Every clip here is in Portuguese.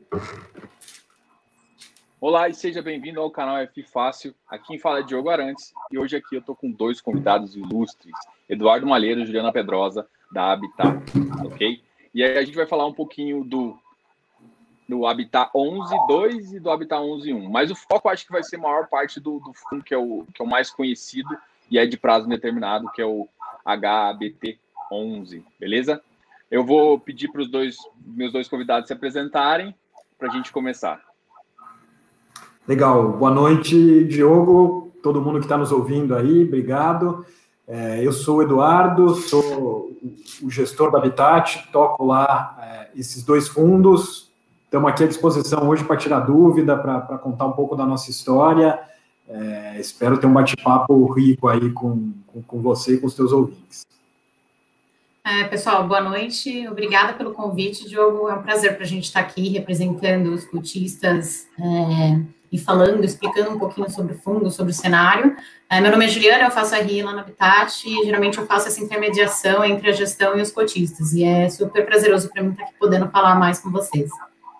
Olá e seja bem-vindo ao canal F Fácil. Aqui quem fala é Diogo Arantes e hoje aqui eu tô com dois convidados ilustres, Eduardo Malheiro e Juliana Pedrosa, da Habitat, ok? E aí a gente vai falar um pouquinho do Habitat 11.2 e do Habitat 11.1, mas o foco acho que vai ser a maior parte do fundo que é o mais conhecido e é de prazo indeterminado, que é o HABT 11, beleza? Eu vou pedir para meus dois convidados se apresentarem para a gente começar. Legal, boa noite, Diogo, todo mundo que está nos ouvindo aí, obrigado. Eu sou o Eduardo, sou o gestor da Habitat, toco lá esses dois fundos. Estamos aqui à disposição hoje para tirar dúvida, para contar um pouco da nossa história. Espero ter um bate-papo rico aí com você e com os teus ouvintes. Pessoal, boa noite, obrigada pelo convite, Diogo. É um prazer para a gente estar aqui representando os cotistas e falando, explicando um pouquinho sobre o fundo, sobre o cenário. Meu nome é Juliana, eu faço RI lá na Habitat e geralmente eu faço essa intermediação entre a gestão e os cotistas. E é super prazeroso para mim estar aqui podendo falar mais com vocês.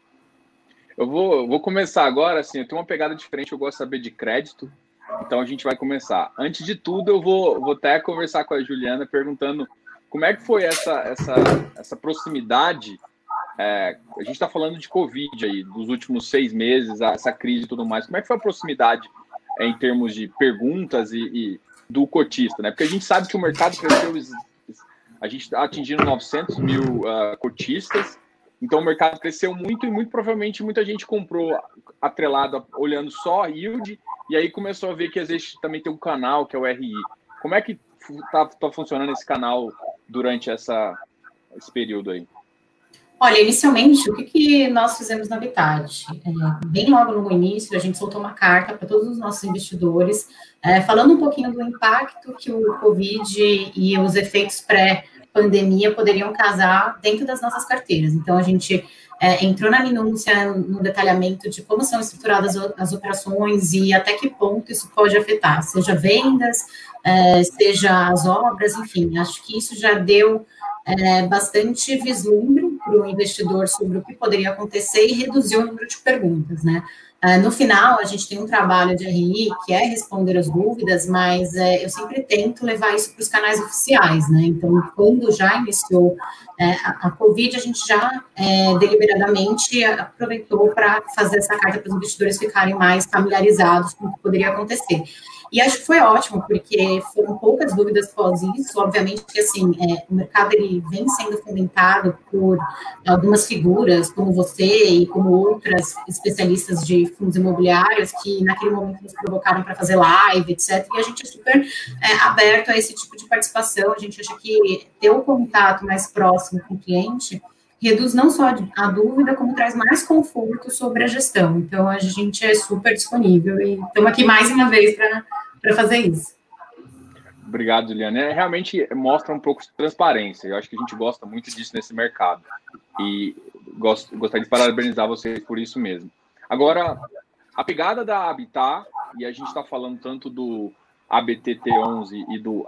Eu vou começar agora, assim, eu tenho uma pegada diferente, eu gosto de saber de crédito, então a gente vai começar. Antes de tudo, eu vou até conversar com a Juliana perguntando como é que foi essa proximidade. A gente está falando de Covid aí, dos últimos 6 meses, essa crise e tudo mais. Como é que foi a proximidade em termos de perguntas e do cotista, né? Porque a gente sabe que o mercado cresceu, a gente está atingindo 900 mil cotistas, então o mercado cresceu muito e muito provavelmente muita gente comprou atrelado, olhando só yield, e aí começou a ver que existe também tem um canal que é o RI. Como é que tá funcionando esse canal durante esse período aí? Olha, inicialmente, o que nós fizemos na Habitat? Bem logo no início, a gente soltou uma carta para todos os nossos investidores, falando um pouquinho do impacto que o Covid e os efeitos pré-pandemia poderiam causar dentro das nossas carteiras. Então, a gente entrou na minúcia, no detalhamento de como são estruturadas as operações e até que ponto isso pode afetar, seja vendas, seja as obras, enfim, acho que isso já deu bastante vislumbre para o investidor sobre o que poderia acontecer e reduziu o número de perguntas, né? No final, a gente tem um trabalho de RI, que é responder as dúvidas, mas eu sempre tento levar isso para os canais oficiais, né? Então, quando já iniciou a Covid, a gente já deliberadamente aproveitou para fazer essa carta para os investidores ficarem mais familiarizados com o que poderia acontecer. E acho que foi ótimo, porque foram poucas dúvidas após isso. Obviamente que, assim, o mercado ele vem sendo fomentado por algumas figuras, como você e como outras especialistas de fundos imobiliários, que naquele momento nos provocaram para fazer live, etc. E a gente é super aberto a esse tipo de participação. A gente acha que ter um contato mais próximo com o cliente reduz não só a dúvida, como traz mais conforto sobre a gestão. Então, a gente é super disponível e estamos aqui mais uma vez para fazer isso. Obrigado, Juliana. Realmente mostra um pouco de transparência. Eu acho que a gente gosta muito disso nesse mercado. E gostaria de parabenizar vocês por isso mesmo. Agora, a pegada da Habitat, e a gente está falando tanto do ABTT11 e do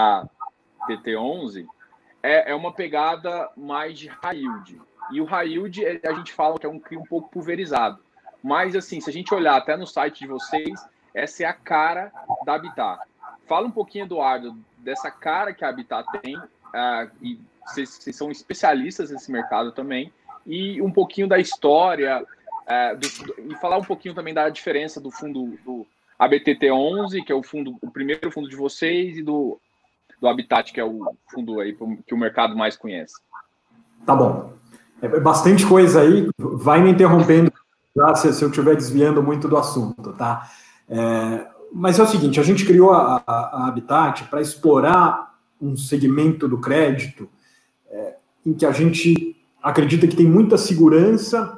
AHTT11, é uma pegada mais de high yield. E o high yield, a gente fala que é um CRI um pouco pulverizado. Mas, assim, se a gente olhar até no site de vocês, essa é a cara da Habitat. Fala um pouquinho, Eduardo, dessa cara que a Habitat tem, e vocês são especialistas nesse mercado também, e um pouquinho da história, e falar um pouquinho também da diferença do fundo do ABTT11, que é o primeiro fundo de vocês, e do Habitat, que é o fundo aí que o mercado mais conhece. Tá bom. Bastante coisa aí, vai me interrompendo se eu estiver desviando muito do assunto, tá? Mas é o seguinte, a gente criou a Habitat para explorar um segmento do crédito em que a gente acredita que tem muita segurança,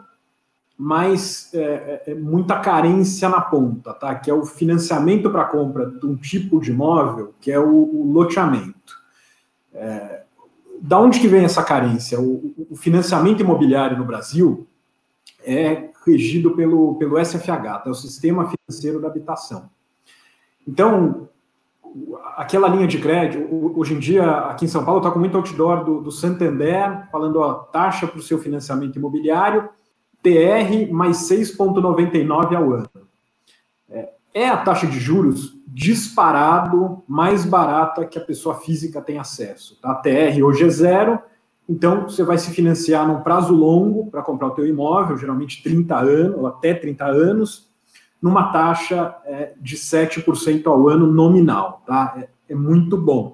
mas muita carência na ponta, tá? Que é o financiamento para a compra de um tipo de imóvel, que é o loteamento. Da onde que vem essa carência? O financiamento imobiliário no Brasil é regido pelo SFH, é o Sistema Financeiro da Habitação. Então, aquela linha de crédito, hoje em dia, aqui em São Paulo, está com muito outdoor do Santander, falando, taxa para o seu financiamento imobiliário, TR mais 6,99 ao ano. É a taxa de juros disparado mais barata que a pessoa física tem acesso. Tá? A TR hoje é 0, então você vai se financiar num prazo longo para comprar o teu imóvel, geralmente 30 anos, ou até 30 anos, numa taxa de 7% ao ano nominal. Tá? É muito bom.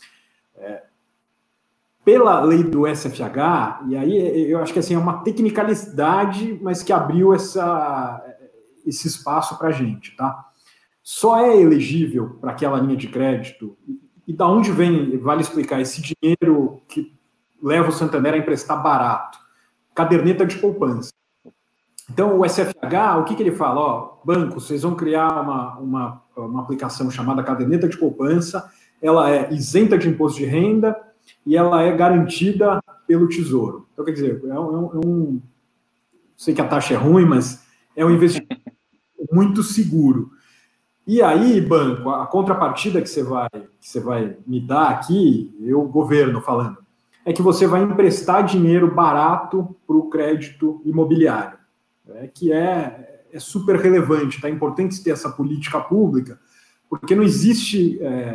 Pela lei do SFH, e aí eu acho que assim, é uma tecnicalidade, mas que abriu esse espaço para a gente, tá? Só é elegível para aquela linha de crédito, e da onde vem, vale explicar, esse dinheiro que leva o Santander a emprestar barato? Caderneta de poupança. Então, o SFH, o que ele fala? Ó, banco, vocês vão criar uma aplicação chamada caderneta de poupança, ela é isenta de imposto de renda, e ela é garantida pelo Tesouro. Então, quer dizer, sei que a taxa é ruim, mas é um investimento muito seguro. E aí, banco, a contrapartida que você vai me dar aqui, eu, governo falando, é que você vai emprestar dinheiro barato para o crédito imobiliário, que é super relevante, tá? É importante ter essa política pública, porque não existe...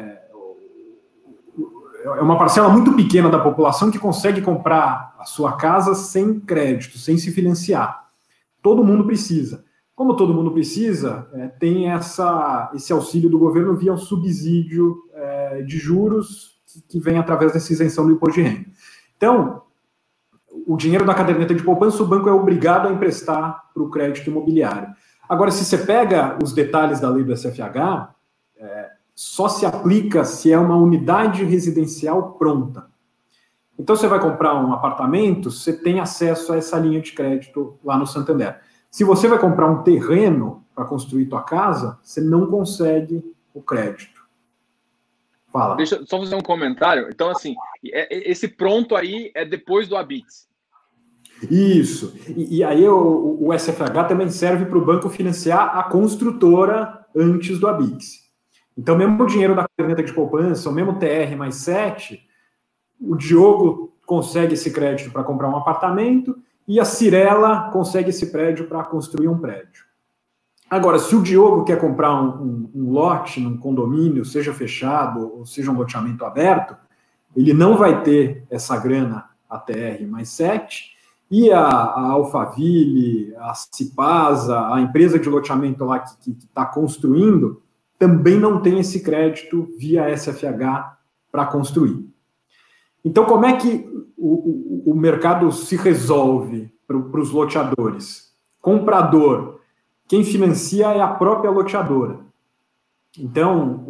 É uma parcela muito pequena da população que consegue comprar a sua casa sem crédito, sem se financiar. Todo mundo precisa. Como todo mundo precisa, tem esse auxílio do governo via um subsídio de juros que vem através dessa isenção do imposto de renda. Então, o dinheiro da caderneta de poupança, o banco é obrigado a emprestar para o crédito imobiliário. Agora, se você pega os detalhes da lei do SFH, só se aplica se é uma unidade residencial pronta. Então, você vai comprar um apartamento, você tem acesso a essa linha de crédito lá no Santander. Se você vai comprar um terreno para construir tua casa, você não consegue o crédito. Fala. Deixa eu só fazer um comentário. Então, assim, esse pronto aí é depois do Habits. Isso. E aí o SFH também serve para o banco financiar a construtora antes do Habits. Então, mesmo o dinheiro da caderneta de poupança, o mesmo TR mais 7, o Diogo consegue esse crédito para comprar um apartamento e a Cirela consegue esse prédio para construir um prédio. Agora, se o Diogo quer comprar um lote num condomínio, seja fechado ou seja um loteamento aberto, ele não vai ter essa grana ATR mais 7, e a Alphaville, a Cipasa, a empresa de loteamento lá que está construindo, também não tem esse crédito via SFH para construir. Então, como é que o mercado se resolve para os loteadores? Comprador, quem financia é a própria loteadora. Então,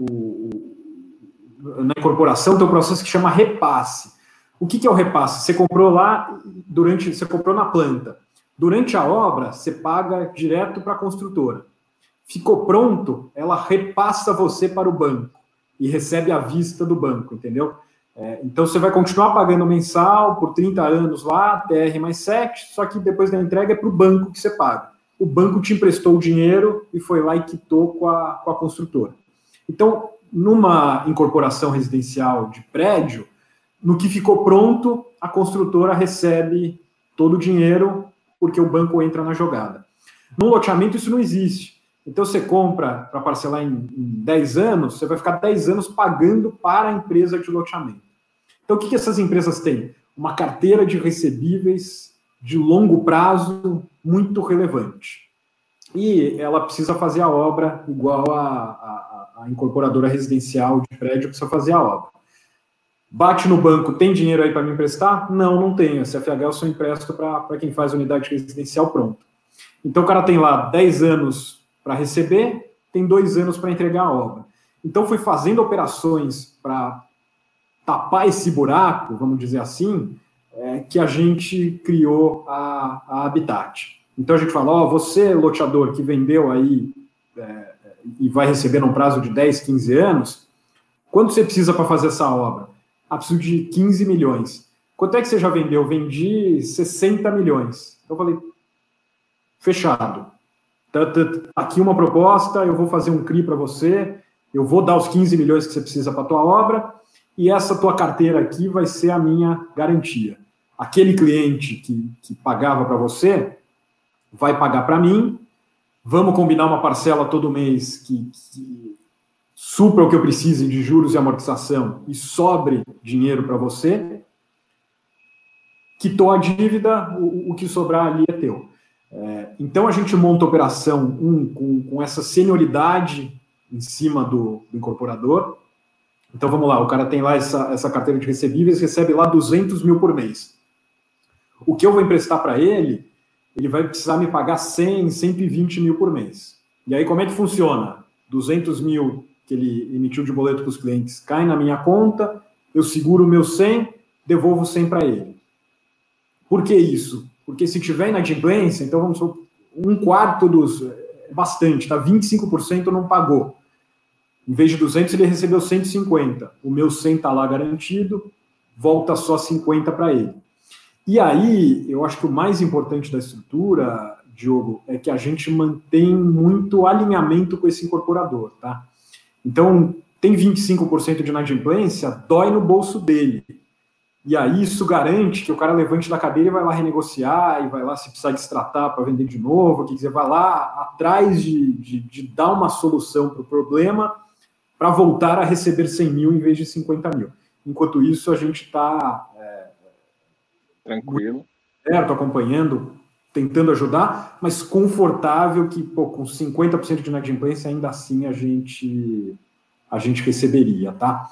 na incorporação tem um processo que chama repasse. O que é o repasse? Você comprou lá, você comprou na planta. Durante a obra, você paga direto para a construtora. Ficou pronto, ela repassa você para o banco e recebe à vista do banco, entendeu? Então, você vai continuar pagando mensal por 30 anos lá, TR mais 7, só que depois da entrega é para o banco que você paga. O banco te emprestou o dinheiro e foi lá e quitou com a construtora. Então, numa incorporação residencial de prédio, no que ficou pronto, a construtora recebe todo o dinheiro porque o banco entra na jogada. No loteamento, isso não existe. Então, você compra para parcelar em 10 anos, você vai ficar 10 anos pagando para a empresa de loteamento. Então, o que essas empresas têm? Uma carteira de recebíveis de longo prazo muito relevante. E ela precisa fazer a obra igual a incorporadora residencial de prédio precisa fazer a obra. Bate no banco, tem dinheiro aí para me emprestar? Não, não tenho. A CFH eu só empresto para quem faz unidade residencial pronta. Então, o cara tem lá 10 anos para receber, tem 2 anos para entregar a obra. Então, foi fazendo operações para tapar esse buraco, vamos dizer assim, que a gente criou a Habitat. Então, a gente fala, você, loteador, que vendeu aí e vai receber num prazo de 10, 15 anos, quanto você precisa para fazer essa obra? Preciso de 15 milhões. Quanto é que você já vendeu? Vendi 60 milhões. Eu falei, fechado. Aqui uma proposta, eu vou fazer um CRI para você, eu vou dar os 15 milhões que você precisa para a tua obra, e essa tua carteira aqui vai ser a minha garantia. Aquele cliente que pagava para você, vai pagar para mim, vamos combinar uma parcela todo mês que supra o que eu precise de juros e amortização e sobre dinheiro para você, quitou a dívida, o que sobrar ali é teu. Então a gente monta a operação com essa senioridade em cima do incorporador. Então vamos lá, o cara tem lá essa carteira de recebíveis, recebe lá 200 mil por mês. O que eu vou emprestar para ele, ele vai precisar me pagar 100, 120 mil por mês. E aí como é que funciona? 200 mil que ele emitiu de boleto para os clientes cai na minha conta, eu seguro o meu 100, devolvo 100 para ele. Por que isso? Porque se tiver inadimplência, então vamos supor, um quarto dos... É bastante, tá? 25% não pagou. Em vez de 200, ele recebeu 150. O meu 100 está lá garantido, volta só 50 para ele. E aí, eu acho que o mais importante da estrutura, Diogo, é que a gente mantém muito alinhamento com esse incorporador, tá? Então, tem 25% de inadimplência, dói no bolso dele. E aí isso garante que o cara levante da cadeira e vai lá renegociar, e vai lá se precisar destratar para vender de novo, quer dizer, vai lá atrás de dar uma solução para o problema para voltar a receber 100 mil em vez de 50 mil. Enquanto isso, a gente está... tranquilo. Certo, acompanhando, tentando ajudar, mas confortável que, pô, com 50% de inadimplência, ainda assim a gente receberia, tá?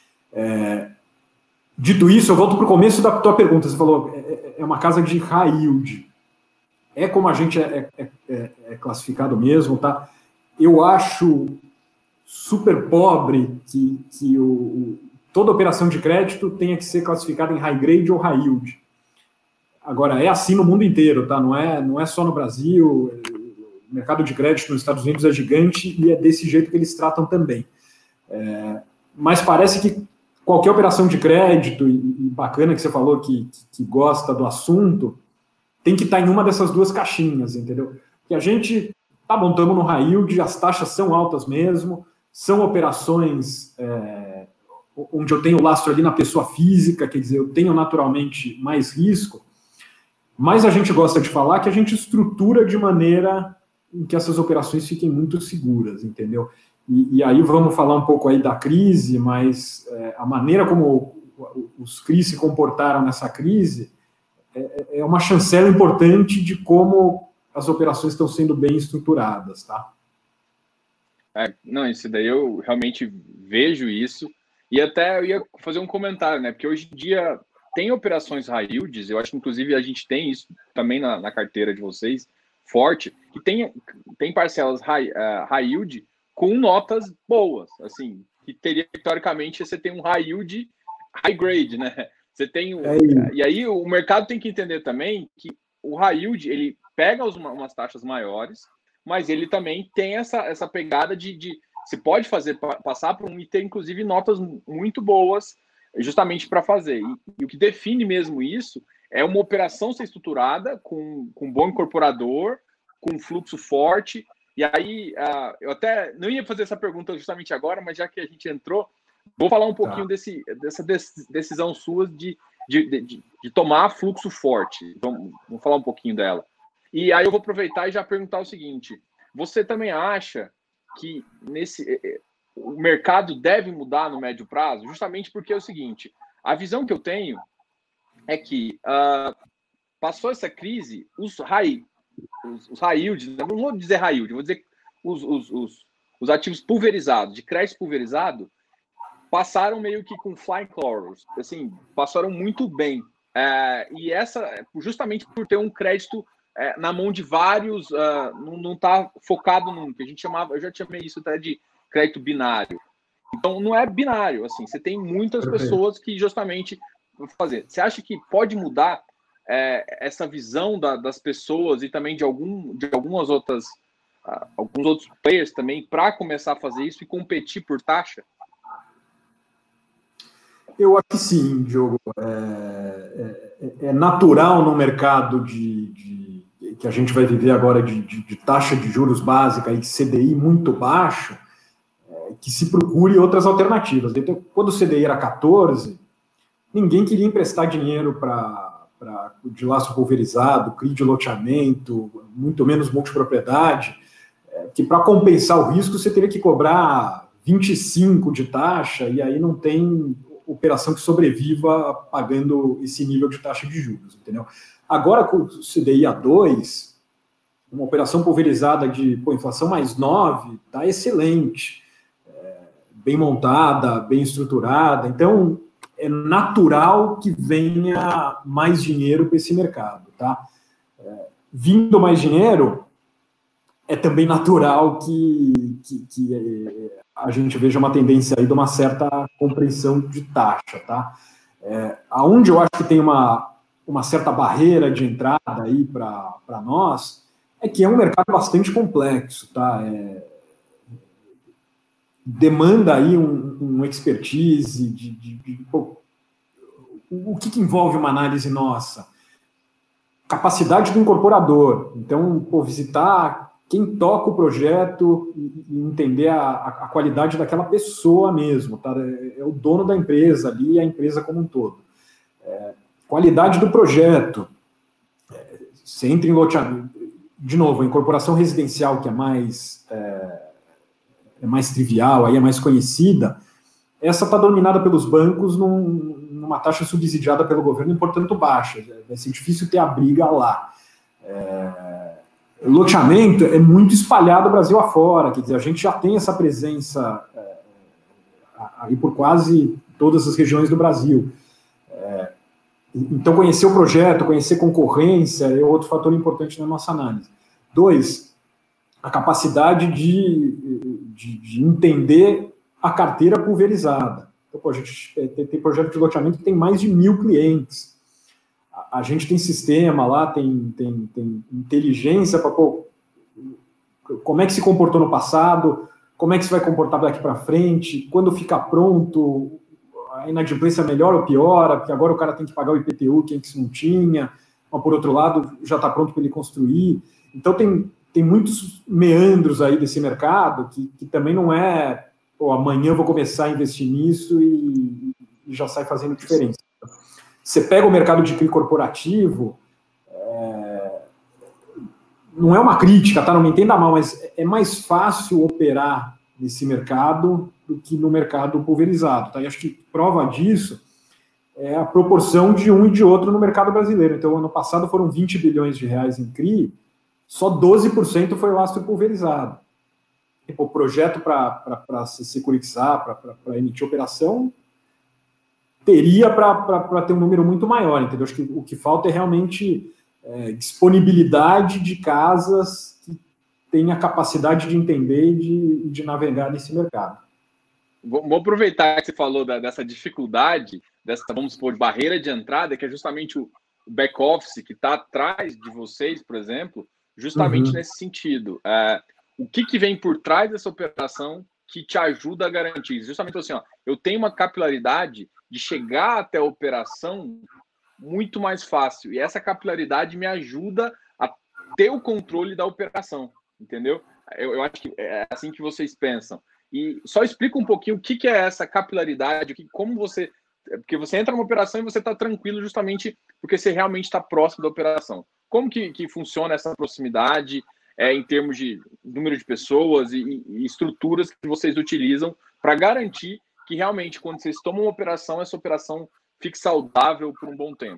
Dito isso, eu volto para o começo da tua pergunta. Você falou, é uma casa de high yield. É como a gente é classificado mesmo, tá? Eu acho super pobre que toda operação de crédito tenha que ser classificada em high grade ou high yield. Agora, é assim no mundo inteiro, tá? Não é só no Brasil. O mercado de crédito nos Estados Unidos é gigante e é desse jeito que eles tratam também. Mas parece que qualquer operação de crédito, e bacana que você falou que gosta do assunto, tem que estar em uma dessas duas caixinhas, entendeu? Porque a gente, tá bom, estamos no high yield, as taxas são altas mesmo, são operações onde eu tenho lastro ali na pessoa física, quer dizer, eu tenho naturalmente mais risco, mas a gente gosta de falar que a gente estrutura de maneira em que essas operações fiquem muito seguras, entendeu? E aí vamos falar um pouco aí da crise, mas a maneira como os CRIs se comportaram nessa crise é uma chancela importante de como as operações estão sendo bem estruturadas, tá? Não, isso daí eu realmente vejo isso, e até eu ia fazer um comentário, né? Porque hoje em dia tem operações high yields, eu acho que inclusive a gente tem isso também na carteira de vocês, forte, que tem parcelas high yield com notas boas, assim, que teria, teoricamente, você tem um high yield, high grade, né? Você tem e aí o mercado tem que entender também que o high yield, ele pega umas taxas maiores, mas ele também tem essa pegada de se pode passar por e ter, inclusive, notas muito boas, justamente para fazer. E o que define mesmo isso é uma operação ser estruturada com um bom incorporador, com um fluxo forte. E aí, eu até não ia fazer essa pergunta justamente agora, mas já que a gente entrou, vou falar um pouquinho dessa decisão sua de tomar fluxo forte. Vamos falar um pouquinho dela. E aí eu vou aproveitar e já perguntar o seguinte: você também acha que o mercado deve mudar no médio prazo? Justamente porque é o seguinte, a visão que eu tenho é que passou essa crise, os high yield, não vou dizer high yield, vou dizer os ativos pulverizados, de crédito pulverizado, passaram meio que com flying colors, assim, passaram muito bem. E justamente por ter um crédito na mão de vários, não está focado num, que a gente chamava, eu já chamei isso até de crédito binário. Então, não é binário, assim, você tem muitas pessoas que justamente vão fazer. Você acha que pode mudar essa visão das pessoas e também de algumas outras, alguns outros players também para começar a fazer isso e competir por taxa? Eu acho que sim, Diogo. É natural no mercado que a gente vai viver agora de taxa de juros básica e CDI muito baixo, que se procure outras alternativas. Então, quando o CDI era 14, ninguém queria emprestar dinheiro para de laço pulverizado, CRI de loteamento, muito menos multipropriedade, que para compensar o risco você teria que cobrar 25 de taxa, e aí não tem operação que sobreviva pagando esse nível de taxa de juros, entendeu? Agora, com o CDI a 2, uma operação pulverizada de inflação mais 9, está excelente, bem montada, bem estruturada, então é natural que venha mais dinheiro para esse mercado, tá? Vindo mais dinheiro, é também natural que a gente veja uma tendência aí de uma certa compreensão de taxa, tá? Aonde eu acho que tem uma certa barreira de entrada aí para nós, é que é um mercado bastante complexo, tá? Demanda aí um expertise o que envolve uma análise nossa? Capacidade do incorporador. Então, visitar quem toca o projeto e entender a qualidade daquela pessoa mesmo, tá? É o dono da empresa ali, a empresa como um todo. Qualidade do projeto. Você entra em loteamento. De novo, a incorporação residencial, que é mais trivial, aí é mais conhecida, essa está dominada pelos bancos numa taxa subsidiada pelo governo e, portanto, baixa. Vai ser difícil ter a briga lá. Loteamento é muito espalhado Brasil afora, quer dizer, a gente já tem essa presença aí por quase todas as regiões do Brasil. Então, conhecer o projeto, conhecer concorrência é outro fator importante na nossa análise. 2, a capacidade de entender a carteira pulverizada. Então, a gente tem projeto de loteamento que tem mais de 1.000 clientes. A gente tem sistema lá, tem inteligência para, como é que se comportou no passado, como é que se vai comportar daqui para frente, quando ficar pronto, a inadimplência melhora ou piora, porque agora o cara tem que pagar o IPTU, que antes não tinha, mas por outro lado já está pronto para ele construir. Então tem muitos meandros aí desse mercado que também não é, amanhã eu vou começar a investir nisso e já sai fazendo diferença. Você pega o mercado de CRI corporativo, não é uma crítica, tá? Não me entenda mal, mas é mais fácil operar nesse mercado do que no mercado pulverizado, tá? E acho que prova disso é a proporção de um e de outro no mercado brasileiro. Então, ano passado foram 20 bilhões de reais em CRI, só 12% foi lastro pulverizado. O projeto para se securitizar, para emitir operação, teria para ter um número muito maior, entendeu? Acho que o que falta é realmente disponibilidade de casas que tenham a capacidade de entender e de navegar nesse mercado. Vou aproveitar que você falou dessa dificuldade, dessa, vamos supor, barreira de entrada, que é justamente o back-office que está atrás de vocês, por exemplo, justamente nesse sentido. O que vem por trás dessa operação que te ajuda a garantir? Justamente assim, eu tenho uma capilaridade de chegar até a operação muito mais fácil. E essa capilaridade me ajuda a ter o controle da operação, entendeu? Eu acho que é assim que vocês pensam. E só explica um pouquinho o que é essa capilaridade, como você... Porque você entra numa operação e você está tranquilo justamente porque você realmente está próximo da operação. Como que funciona essa proximidade em termos de número de pessoas e estruturas que vocês utilizam para garantir que realmente, quando vocês tomam uma operação, essa operação fique saudável por um bom tempo?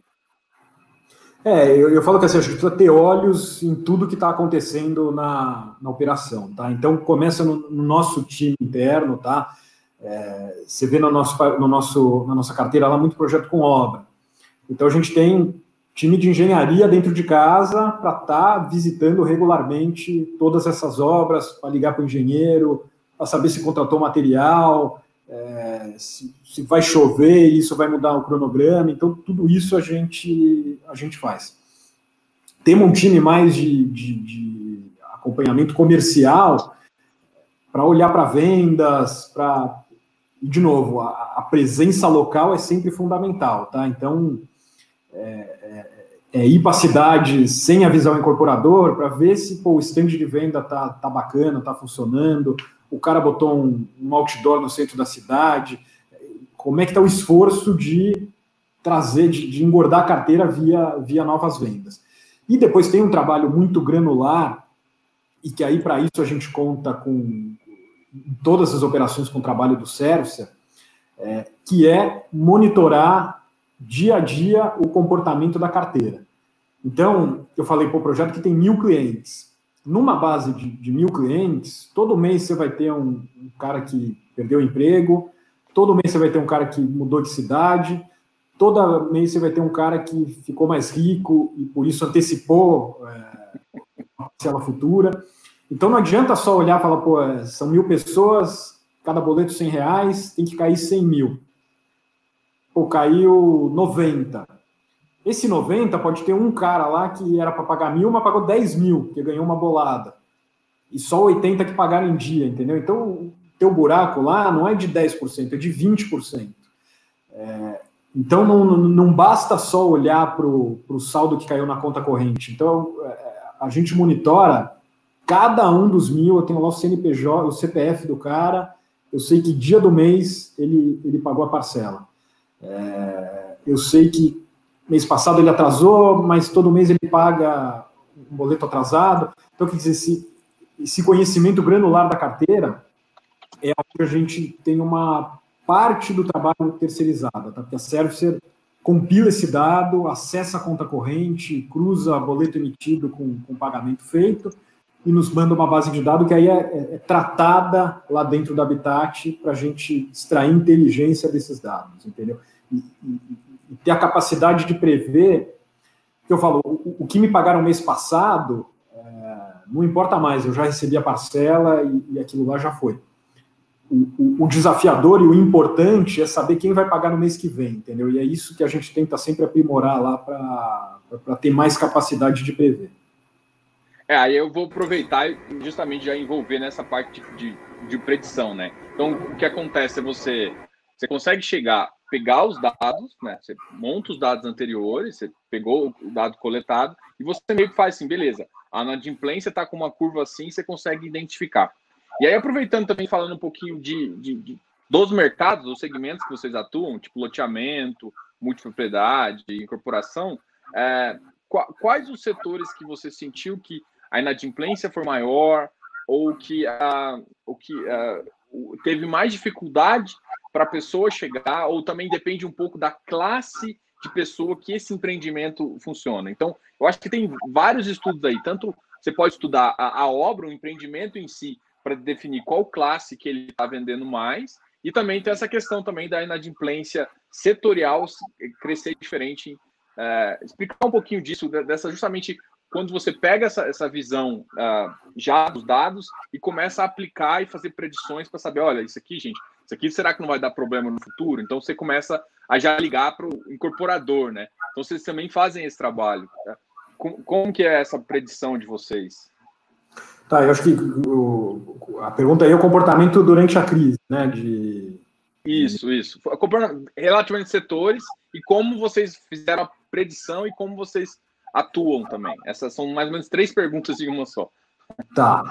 Eu falo que assim, a gente precisa ter olhos em tudo que está acontecendo na operação, tá? Então, começa no nosso time interno, tá? Você vê na nossa carteira lá muito projeto com obra. Então, a gente tem time de engenharia dentro de casa para estar visitando regularmente todas essas obras, para ligar para o engenheiro, para saber se contratou material, se vai chover, isso vai mudar o cronograma. Então, tudo isso a gente faz. Temos um time mais de acompanhamento comercial para olhar para vendas, e, de novo, a presença local é sempre fundamental, tá? Então, ir para a cidade sem avisar o incorporador para ver se o stand de venda tá bacana, tá funcionando, o cara botou um outdoor no centro da cidade, como é que está o esforço de trazer, de engordar a carteira via novas vendas. E depois tem um trabalho muito granular, e que aí para isso a gente conta com todas as operações com o trabalho do Sérvia, que é monitorar dia a dia o comportamento da carteira. Então, eu falei para o projeto que tem 1.000 clientes. Numa base de 1.000 clientes, todo mês você vai ter um cara que perdeu o emprego, todo mês você vai ter um cara que mudou de cidade, todo mês você vai ter um cara que ficou mais rico e por isso antecipou a parcela futura. Então não adianta só olhar e falar, pô, são 1.000 pessoas, cada boleto R$100, tem que cair 100 mil. Pô, caiu 90. Esse 90 pode ter um cara lá que era para pagar 1.000, mas pagou 10 mil, porque ganhou uma bolada. E só 80 que pagaram em dia, entendeu? Então, o teu buraco lá não é de 10%, é de 20%. Então, não basta só olhar para o saldo que caiu na conta corrente. Então, a gente monitora cada um dos 1.000, eu tenho lá o CNPJ, o CPF do cara, eu sei que dia do mês ele pagou a parcela. Eu sei que mês passado ele atrasou, mas todo mês ele paga um boleto atrasado. Então, quer dizer, esse conhecimento granular da carteira é onde a gente tem uma parte do trabalho terceirizada, tá? Porque a Servicer compila esse dado, acessa a conta corrente, cruza boleto emitido com pagamento feito e nos manda uma base de dados que aí é tratada lá dentro do Habitat para a gente extrair inteligência desses dados, entendeu? E ter a capacidade de prever, que eu falo, o que me pagaram mês passado, não importa mais, eu já recebi a parcela e aquilo lá já foi. O desafiador e o importante é saber quem vai pagar no mês que vem, entendeu? E é isso que a gente tenta sempre aprimorar lá para ter mais capacidade de prever. Aí eu vou aproveitar e justamente já envolver nessa parte de predição, né? Então, o que acontece é você consegue pegar os dados, né? Você monta os dados anteriores, você pegou o dado coletado e você meio que faz assim, beleza, a inadimplência está com uma curva assim, você consegue identificar. E aí, aproveitando também, falando um pouquinho dos mercados, dos segmentos que vocês atuam, tipo loteamento, multipropriedade, incorporação, quais os setores que você sentiu que a inadimplência foi maior ou que teve mais dificuldade para a pessoa chegar, ou também depende um pouco da classe de pessoa que esse empreendimento funciona. Então, eu acho que tem vários estudos aí, tanto você pode estudar a obra, o empreendimento em si, para definir qual classe que ele está vendendo mais, e também tem essa questão também da inadimplência setorial crescer diferente. Explicar um pouquinho disso, dessa justamente quando você pega essa visão já dos dados e começa a aplicar e fazer predições para saber, olha, isso aqui, gente, isso aqui será que não vai dar problema no futuro? Então você começa a já ligar para o incorporador, né? Então vocês também fazem esse trabalho. Tá? Como que é essa predição de vocês? Tá, eu acho que a pergunta aí é o comportamento durante a crise, né? Isso. Relativamente setores e como vocês fizeram a predição e como vocês atuam também. Essas são mais ou menos 3 perguntas em uma só. Tá.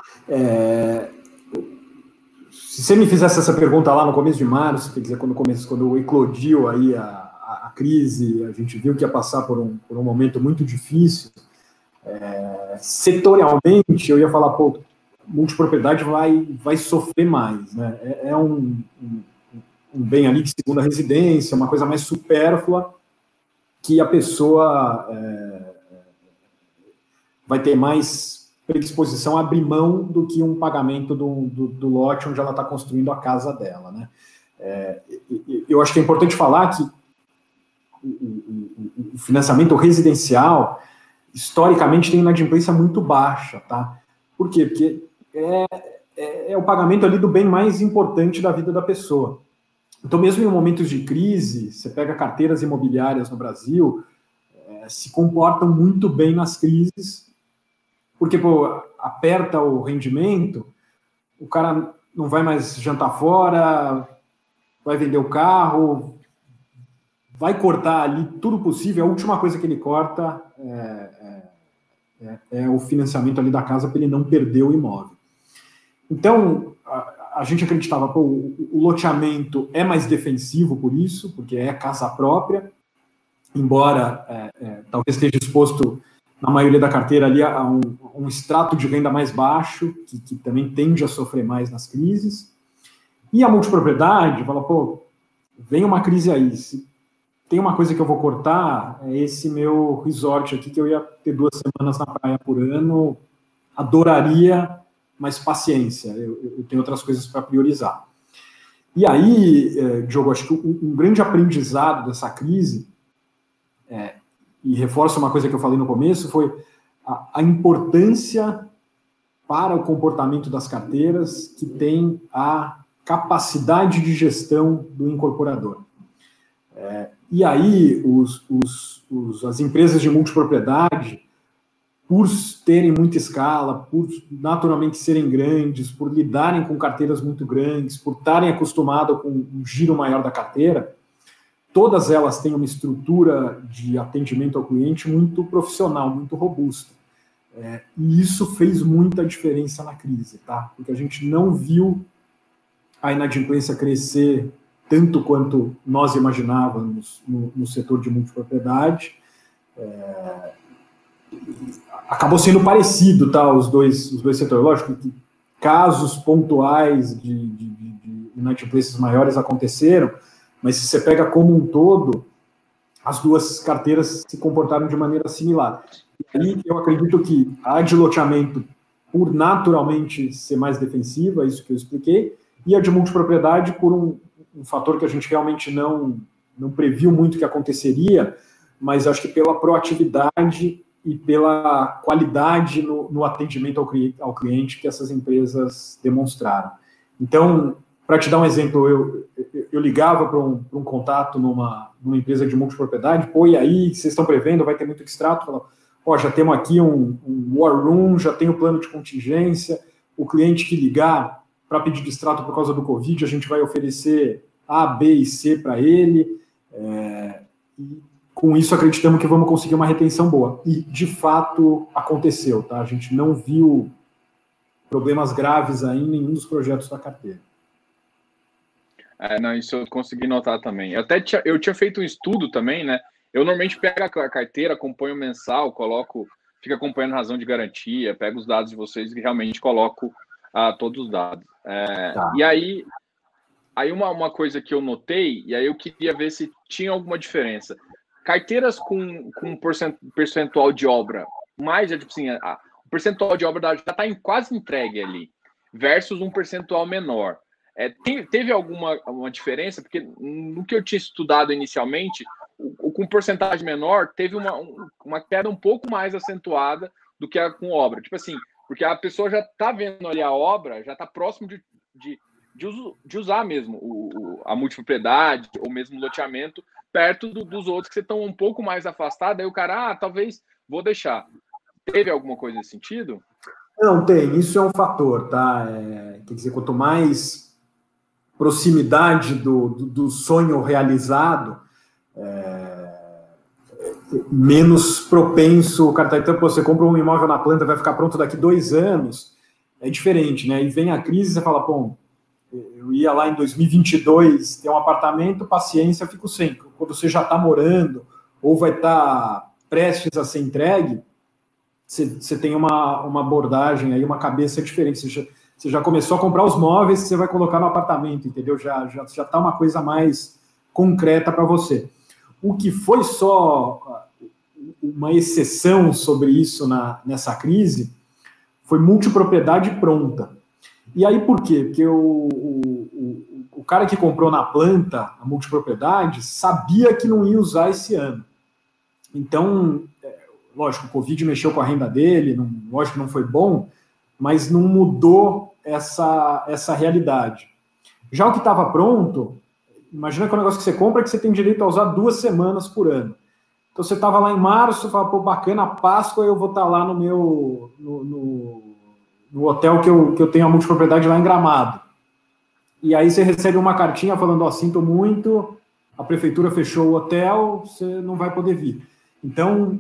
Se você me fizesse essa pergunta lá no começo de março, quer dizer, quando eclodiu aí a crise, a gente viu que ia passar por um momento muito difícil, setorialmente, eu ia falar, pô, multipropriedade vai sofrer mais, né? É um bem ali de segunda residência, uma coisa mais supérflua, que a pessoa vai ter mais predisposição a abrir mão do que um pagamento do lote onde ela está construindo a casa dela, né? Eu acho que é importante falar que o financiamento residencial, historicamente, tem inadimplência muito baixa, tá? Por quê? Porque é o pagamento ali do bem mais importante da vida da pessoa. Então, mesmo em momentos de crise, você pega carteiras imobiliárias no Brasil, se comportam muito bem nas crises, porque, pô, aperta o rendimento, o cara não vai mais jantar fora, vai vender o carro, vai cortar ali tudo possível, a última coisa que ele corta é o financiamento ali da casa para ele não perder o imóvel. Então, a gente acreditava, pô, o loteamento é mais defensivo por isso, porque é casa própria, embora talvez esteja exposto, na maioria da carteira, ali a um extrato de renda mais baixo, que também tende a sofrer mais nas crises. E a multipropriedade fala, pô, vem uma crise aí, se tem uma coisa que eu vou cortar, é esse meu resort aqui, que eu ia ter 2 semanas na praia por ano, adoraria, mas paciência, eu tenho outras coisas para priorizar. E aí, Diogo, acho que um grande aprendizado dessa crise, e reforça uma coisa que eu falei no começo, foi a importância para o comportamento das carteiras que tem a capacidade de gestão do incorporador. E aí, as empresas de multipropriedade, por terem muita escala, por naturalmente serem grandes, por lidarem com carteiras muito grandes, por estarem acostumadas com um giro maior da carteira, todas elas têm uma estrutura de atendimento ao cliente muito profissional, muito robusta. E isso fez muita diferença na crise, tá? Porque a gente não viu a inadimplência crescer tanto quanto nós imaginávamos no setor de multipropriedade. Acabou sendo parecido, tá, os dois setores. Lógico que casos pontuais de inadimplências maiores aconteceram, mas se você pega como um todo, as duas carteiras se comportaram de maneira similar. E aí eu acredito que a de loteamento, por naturalmente ser mais defensiva, isso que eu expliquei, e a de multipropriedade por um fator que a gente realmente não previu muito que aconteceria, mas acho que pela proatividade e pela qualidade no atendimento ao cliente que essas empresas demonstraram. Então, para te dar um exemplo, eu ligava para um contato numa empresa de multipropriedade, pô, e aí, vocês estão prevendo, vai ter muito extrato? Falava, ó, já temos aqui um war room, já tem o plano de contingência, o cliente que ligar para pedir extrato por causa do Covid, a gente vai oferecer A, B e C para ele, e com isso acreditamos que vamos conseguir uma retenção boa. E, de fato, aconteceu, tá? A gente não viu problemas graves aí em nenhum dos projetos da carteira. Não, isso eu consegui notar também. Eu tinha feito um estudo também, né? Eu normalmente pego a carteira, acompanho mensal, fico acompanhando razão de garantia, pego os dados de vocês e realmente coloco todos os dados. Tá. E aí uma coisa que eu notei, e aí eu queria ver se tinha alguma diferença. Carteiras com percentual de obra, mais, tipo assim, o percentual de obra já está quase entregue ali, versus um percentual menor. Teve alguma diferença? Porque no que eu tinha estudado inicialmente, com porcentagem menor, teve uma queda um pouco mais acentuada do que a com obra. Tipo assim, porque a pessoa já está vendo ali a obra, já está próximo de usar mesmo a multipropriedade ou mesmo o loteamento perto dos outros que estão um pouco mais afastados, aí o cara, talvez vou deixar. Teve alguma coisa nesse sentido? Não, tem. Isso é um fator, tá? Quer dizer, quanto mais proximidade do sonho realizado, menos propenso o cara tá. Então, você compra um imóvel na planta, vai ficar pronto daqui 2 anos, é diferente, né? E vem a crise, você fala, pô, eu ia lá em 2022 ter um apartamento, paciência, fico sem. Quando você já está morando ou vai estar prestes a ser entregue, você tem uma abordagem aí, uma cabeça diferente. Você já começou a comprar os móveis que você vai colocar no apartamento, entendeu? Já está uma coisa mais concreta para você. O que foi só uma exceção sobre isso nessa crise foi multipropriedade pronta. E aí por quê? Porque o cara que comprou na planta a multipropriedade sabia que não ia usar esse ano. Então, lógico, o Covid mexeu com a renda dele, lógico que não foi bom, mas não mudou essa realidade. Já o que estava pronto, imagina que é um negócio que você compra que você tem direito a usar 2 semanas por ano. Então você estava lá em março, fala, pô, bacana, Páscoa eu vou estar lá no meu no hotel que eu tenho a multipropriedade lá em Gramado. E aí você recebe uma cartinha falando, sinto muito, a prefeitura fechou o hotel, você não vai poder vir. Então,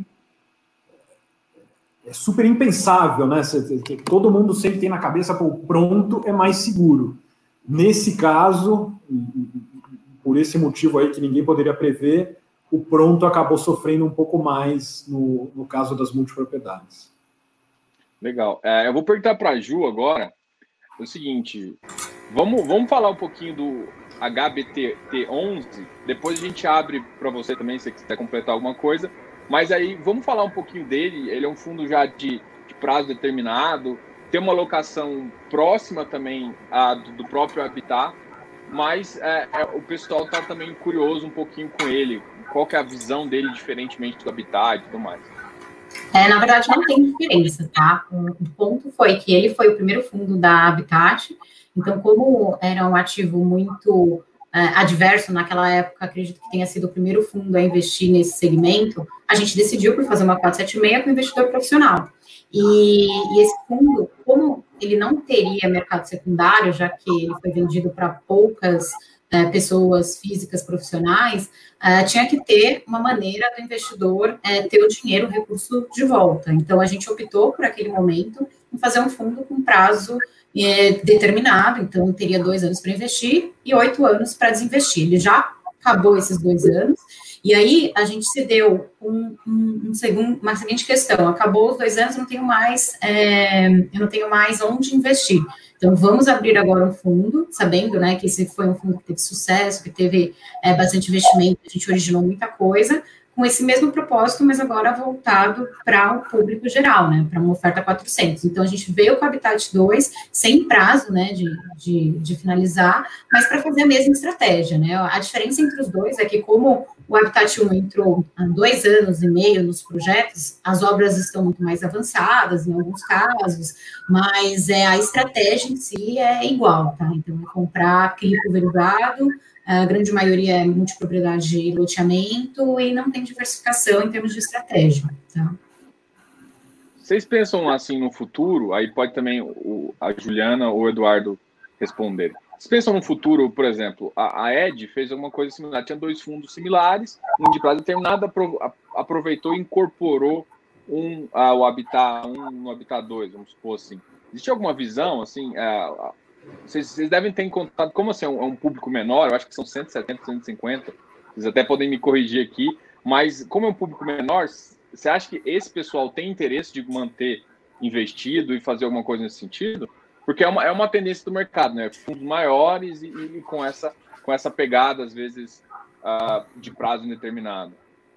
é super impensável, né? Todo mundo sempre tem na cabeça, pô, pronto é mais seguro. Nesse caso, por esse motivo aí que ninguém poderia prever, o pronto acabou sofrendo um pouco mais no caso das multipropriedades. Legal. Eu vou perguntar para a Ju agora o seguinte, vamos falar um pouquinho do HBTT11, depois a gente abre para você também, se você quiser completar alguma coisa, mas aí vamos falar um pouquinho dele. Ele é um fundo já de prazo determinado, tem uma alocação próxima também do próprio Habitat, mas o pessoal está também curioso um pouquinho com ele, qual que é a visão dele diferentemente do Habitat e tudo mais. Na verdade, não tem diferença, tá? O ponto foi que ele foi o primeiro fundo da Habitat, então, como era um ativo muito adverso naquela época, acredito que tenha sido o primeiro fundo a investir nesse segmento, a gente decidiu por fazer uma 476 com investidor profissional. E esse fundo, como ele não teria mercado secundário, já que ele foi vendido para poucas pessoas físicas profissionais, tinha que ter uma maneira do investidor ter o dinheiro, o recurso de volta. Então, a gente optou por aquele momento em fazer um fundo com prazo determinado, então teria 2 anos para investir e 8 anos para desinvestir. Ele já acabou esses 2 anos, e aí a gente se deu uma seguinte questão: acabou os 2 anos, eu não tenho mais onde investir. Então, vamos abrir agora um fundo, sabendo, né, que esse foi um fundo que teve sucesso, que teve bastante investimento, a gente originou muita coisa, com esse mesmo propósito, mas agora voltado para o público geral, né, para uma oferta 400. Então, a gente veio com o Habitat 2, sem prazo, né, de finalizar, mas para fazer a mesma estratégia, né. A diferença entre os dois é que, como o Habitat 1 entrou há 2 anos e meio nos projetos, as obras estão muito mais avançadas, em alguns casos, mas a estratégia em si é igual, tá? Então, é comprar CRI pulverizado, a grande maioria é multipropriedade e loteamento, e não tem diversificação em termos de estratégia, tá? Vocês pensam assim no futuro? Aí pode também a Juliana ou o Eduardo responder. Vocês pensam no futuro, por exemplo, a Ed fez alguma coisa similar, tinha 2 fundos similares, um de prazo determinado, aproveitou e incorporou o Habitat 1 no Habitat 2, vamos supor assim. Existe alguma visão, assim, vocês devem ter encontrado, como assim, é um público menor, eu acho que são 170, 150, vocês até podem me corrigir aqui, mas como é um público menor, você acha que esse pessoal tem interesse de manter investido e fazer alguma coisa nesse sentido? Porque é uma tendência do mercado, né? Fundos maiores e com essa pegada, às vezes, de prazo indeterminado.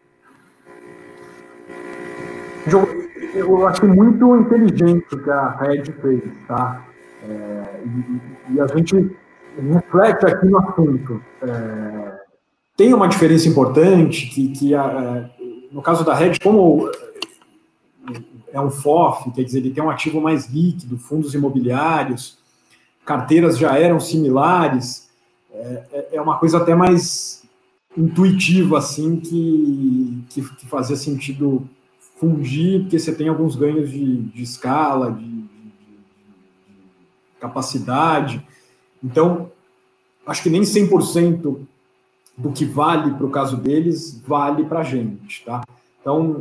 Eu acho muito inteligente o que a Red fez, tá? E a gente reflete aqui no assunto. Tem uma diferença importante que no caso da Red, como é um FOF, quer dizer, ele tem um ativo mais líquido, fundos imobiliários, carteiras já eram similares, é uma coisa até mais intuitiva, assim, que fazia sentido fungir, porque você tem alguns ganhos de escala, de capacidade. Então, acho que nem 100% do que vale para o caso deles vale para a gente, tá? Então,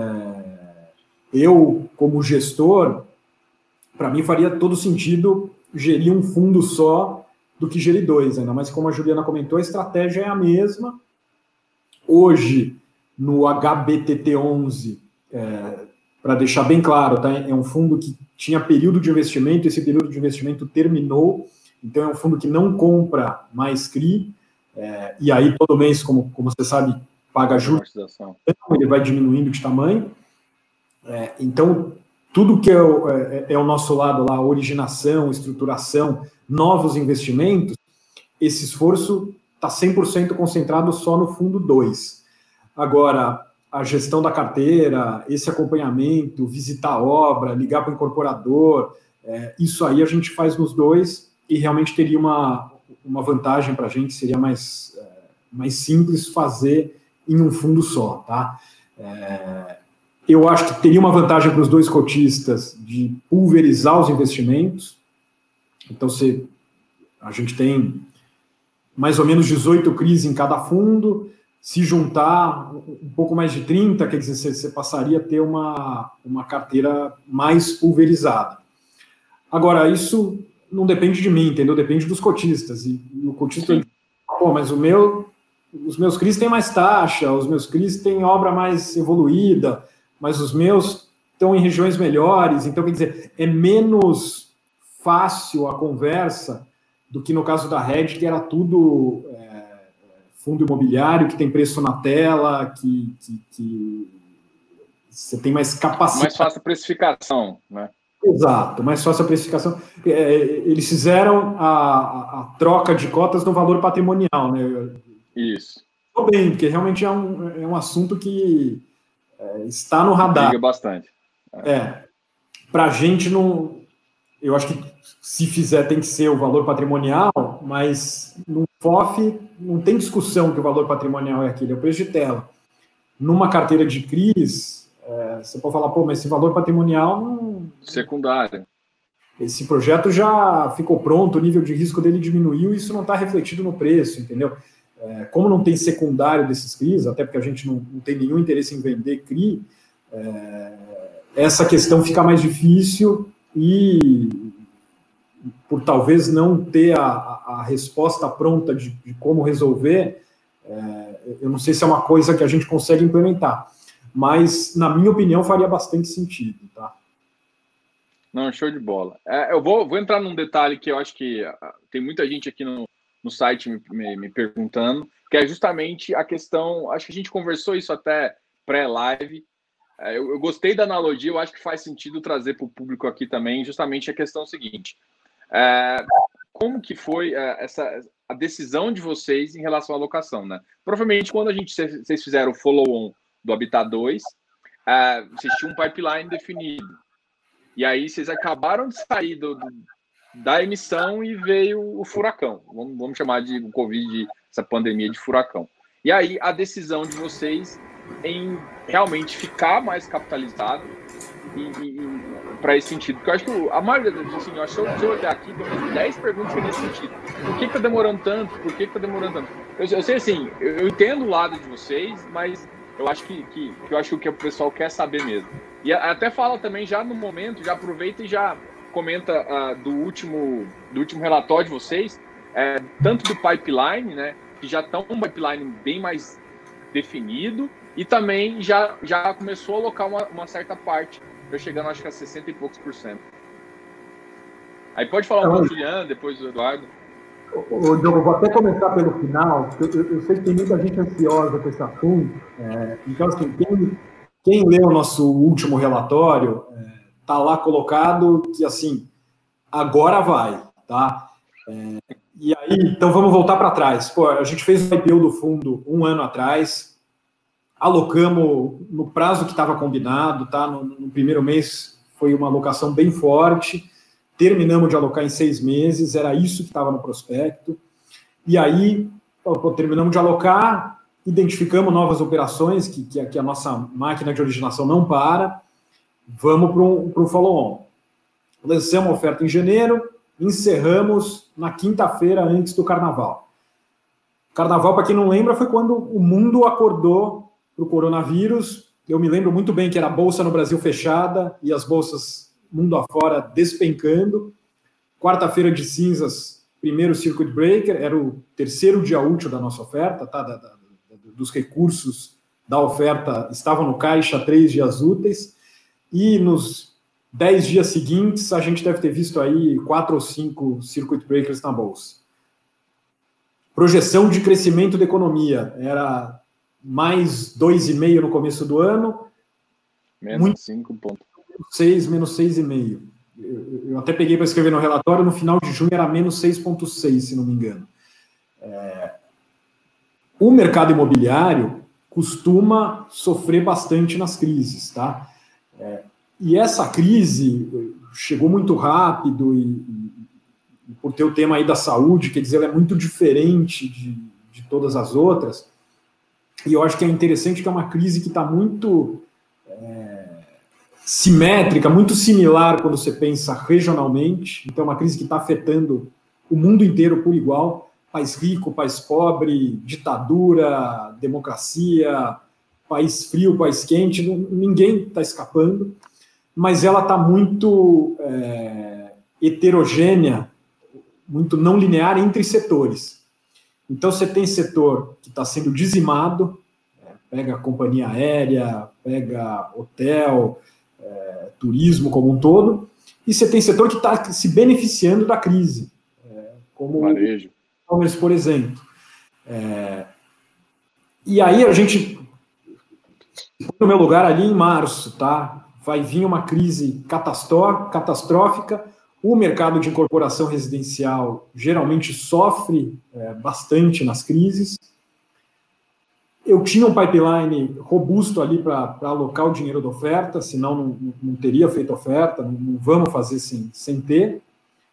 eu, como gestor, para mim faria todo sentido gerir um fundo só do que gerir 2, ainda mais como a Juliana comentou, a estratégia é a mesma. Hoje, no HBTT11, para deixar bem claro, tá? É um fundo que tinha período de investimento, esse período de investimento terminou, então é um fundo que não compra mais CRI, e aí todo mês, como você sabe, paga juros, ele vai diminuindo de tamanho. Então, tudo que é o nosso lado lá, originação, estruturação, novos investimentos, esse esforço está 100% concentrado só no fundo 2. Agora, a gestão da carteira, esse acompanhamento, visitar a obra, ligar para o incorporador, isso aí a gente faz nos 2 e realmente teria uma vantagem para a gente, seria mais simples fazer em um fundo só, tá? Eu acho que teria uma vantagem para os 2 cotistas de pulverizar os investimentos. Então, a gente tem mais ou menos 18 CRIs em cada fundo. Se juntar um pouco mais de 30, quer dizer, você passaria a ter uma carteira mais pulverizada. Agora, isso não depende de mim, entendeu? Depende dos cotistas. E o cotista, mas o meu os meus CRIs têm mais taxa, os meus CRIs têm obra mais evoluída, mas os meus estão em regiões melhores, então, quer dizer, é menos fácil a conversa do que no caso da Red, que era tudo fundo imobiliário, que tem preço na tela, que você tem mais capacidade. Mais fácil a precificação, né? Exato, mais fácil a precificação. Eles fizeram a troca de cotas no valor patrimonial, né? Isso. Estou bem, porque realmente é um assunto que está no radar. Liga bastante. Para a gente não... Eu acho que se fizer tem que ser o valor patrimonial, mas no FOF não tem discussão que o valor patrimonial é aquele, é o preço de tela. Numa carteira de CRIs, você pode falar, pô, mas esse valor patrimonial não... Secundário. Esse projeto já ficou pronto, o nível de risco dele diminuiu e isso não está refletido no preço, entendeu? Como não tem secundário desses CRIs, até porque a gente não tem nenhum interesse em vender CRI, essa questão fica mais difícil e por talvez não ter a resposta pronta de como resolver, eu não sei se é uma coisa que a gente consegue implementar, mas, na minha opinião, faria bastante sentido, tá? Não, show de bola. Eu vou entrar num detalhe que eu acho que tem muita gente aqui no site me perguntando, que é justamente a questão, acho que a gente conversou isso até pré-live, eu gostei da analogia, eu acho que faz sentido trazer para o público aqui também, justamente a questão seguinte, como que foi a decisão de vocês em relação à alocação, né? Provavelmente, quando vocês fizeram o follow-on do Habitat 2, vocês tinham um pipeline definido, e aí vocês acabaram de sair da emissão e veio o furacão, vamos chamar de o Covid, essa pandemia de furacão. E aí a decisão de vocês em realmente ficar mais capitalizado para esse sentido. Porque eu acho que a maioria, assim, eu acho que se eu olhar aqui, tem umas 10 perguntas nesse sentido. Por que está demorando tanto? Por que está demorando tanto? Eu sei, assim, eu entendo o lado de vocês, mas eu acho que eu acho que o que o pessoal quer saber mesmo. E até fala também, já no momento, já aproveita e já comenta do último relatório de vocês, tanto do pipeline, né, que já está um pipeline bem mais definido, e também já começou a alocar uma certa parte, já chegando acho que a 60 e poucos %. Aí pode falar com o Juliano, depois o Eduardo. Diogo, vou até começar pelo final, porque eu sei que tem muita gente ansiosa com esse assunto, então assim, quem leu o nosso último relatório, está lá colocado que assim, agora vai, tá? E aí, então vamos voltar para trás. Pô, a gente fez o IPO do fundo 1 ano atrás, alocamos no prazo que estava combinado, tá? No primeiro mês foi uma alocação bem forte, terminamos de alocar em 6 meses, era isso que estava no prospecto, e aí terminamos de alocar, identificamos novas operações, que a nossa máquina de originação não para, vamos para o follow-on. Lançamos a oferta em janeiro, encerramos na quinta-feira antes do Carnaval. Carnaval, para quem não lembra, foi quando o mundo acordou para o coronavírus. Eu me lembro muito bem que era a Bolsa no Brasil fechada e as bolsas mundo afora despencando. Quarta-feira de cinzas, primeiro circuit breaker, era o terceiro dia útil da nossa oferta, tá? Dos recursos da oferta estavam no caixa 3 dias úteis, e nos 10 dias seguintes a gente deve ter visto aí 4 ou 5 circuit breakers na bolsa. Projeção de crescimento da economia era mais 2,5 no começo do ano, menos 5 pontos. Menos 6,5. Eu até peguei para escrever no relatório, no final de junho era menos 6,6, se não me engano. O mercado imobiliário costuma sofrer bastante nas crises, tá? E essa crise chegou muito rápido e por ter o tema aí da saúde, quer dizer, ela é muito diferente de todas as outras, e eu acho que é interessante que é uma crise que está muito simétrica, muito similar quando você pensa regionalmente, então é uma crise que está afetando o mundo inteiro por igual, país rico, país pobre, ditadura, democracia, país frio, país quente, ninguém está escapando, mas ela está muito heterogênea, muito não linear entre setores. Então, você tem setor que está sendo dizimado, pega companhia aérea, pega hotel, turismo como um todo, e você tem setor que está se beneficiando da crise, como o e-commerce, por exemplo. E aí a gente, no meu lugar ali em março, tá? Vai vir uma crise catastrófica, o mercado de incorporação residencial geralmente sofre bastante nas crises. Eu tinha um pipeline robusto ali para alocar o dinheiro da oferta, senão não teria feito oferta, não vamos fazer sem ter.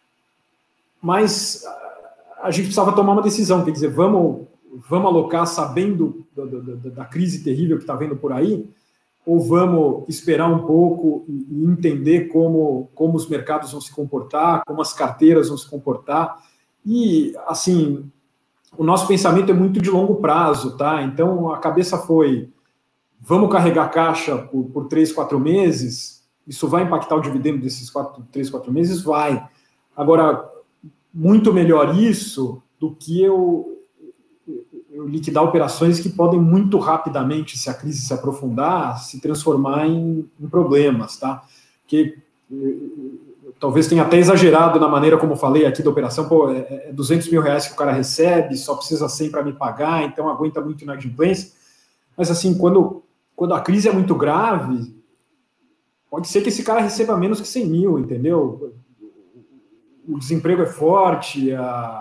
Mas a gente precisava tomar uma decisão, quer dizer, vamos alocar sabendo da crise terrível que está vendo por aí, ou vamos esperar um pouco e entender como os mercados vão se comportar, como as carteiras vão se comportar. E, assim, o nosso pensamento é muito de longo prazo, tá? Então, a cabeça foi, vamos carregar caixa por 3, 4 meses, isso vai impactar o dividendo desses 3, 4 meses? Vai. Agora, muito melhor isso do que eu liquidar operações que podem muito rapidamente, se a crise se aprofundar, se transformar em problemas, tá? Porque talvez tenha até exagerado na maneira como falei aqui da operação, pô, é 200 mil reais que o cara recebe, só precisa 100 para me pagar, então aguenta muito inadimplência. Mas assim, quando a crise é muito grave, pode ser que esse cara receba menos que 100 mil, entendeu? O desemprego é forte,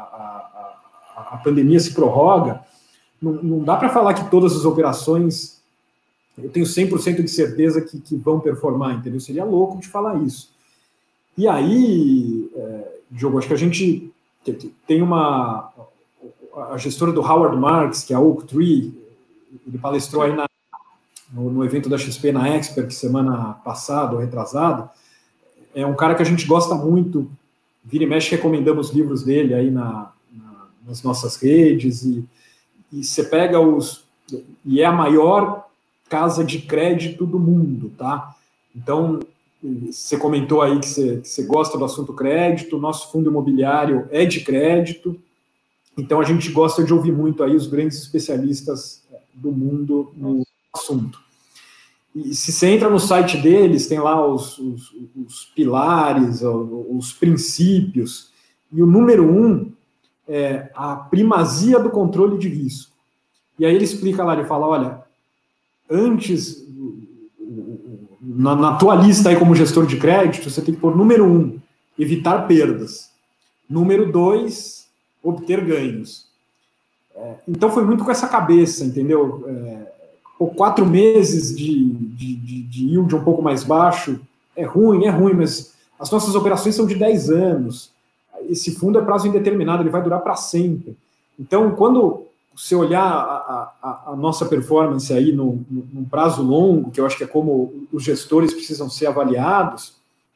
a pandemia se prorroga. Não dá para falar que todas as operações eu tenho 100% de certeza que vão performar, entendeu? Seria louco de falar isso. E aí, Diogo, acho que a gente tem a gestora do Howard Marks, que é a Oaktree, ele palestrou aí no evento da XP na Expert, semana passada ou retrasada. É um cara que a gente gosta muito, vira e mexe, recomendamos livros dele aí nas nossas redes, e você pega e é a maior casa de crédito do mundo, tá? Então, você comentou aí que você gosta do assunto crédito, o nosso fundo imobiliário é de crédito, então a gente gosta de ouvir muito aí os grandes especialistas do mundo no assunto. E se você entra no site deles, tem lá os pilares, os princípios, e o número 1 é a primazia do controle de risco. E aí ele explica lá, ele fala, olha, antes, na tua lista aí como gestor de crédito, você tem que pôr número 1, evitar perdas. Número 2, obter ganhos. Então foi muito com essa cabeça, entendeu? 4 meses de yield um pouco mais baixo é ruim, mas as nossas operações são de 10 anos. Esse fundo é prazo indeterminado, ele vai durar para sempre. Então, quando você olhar a nossa performance aí num prazo longo, que eu acho que é como os gestores precisam ser avaliados,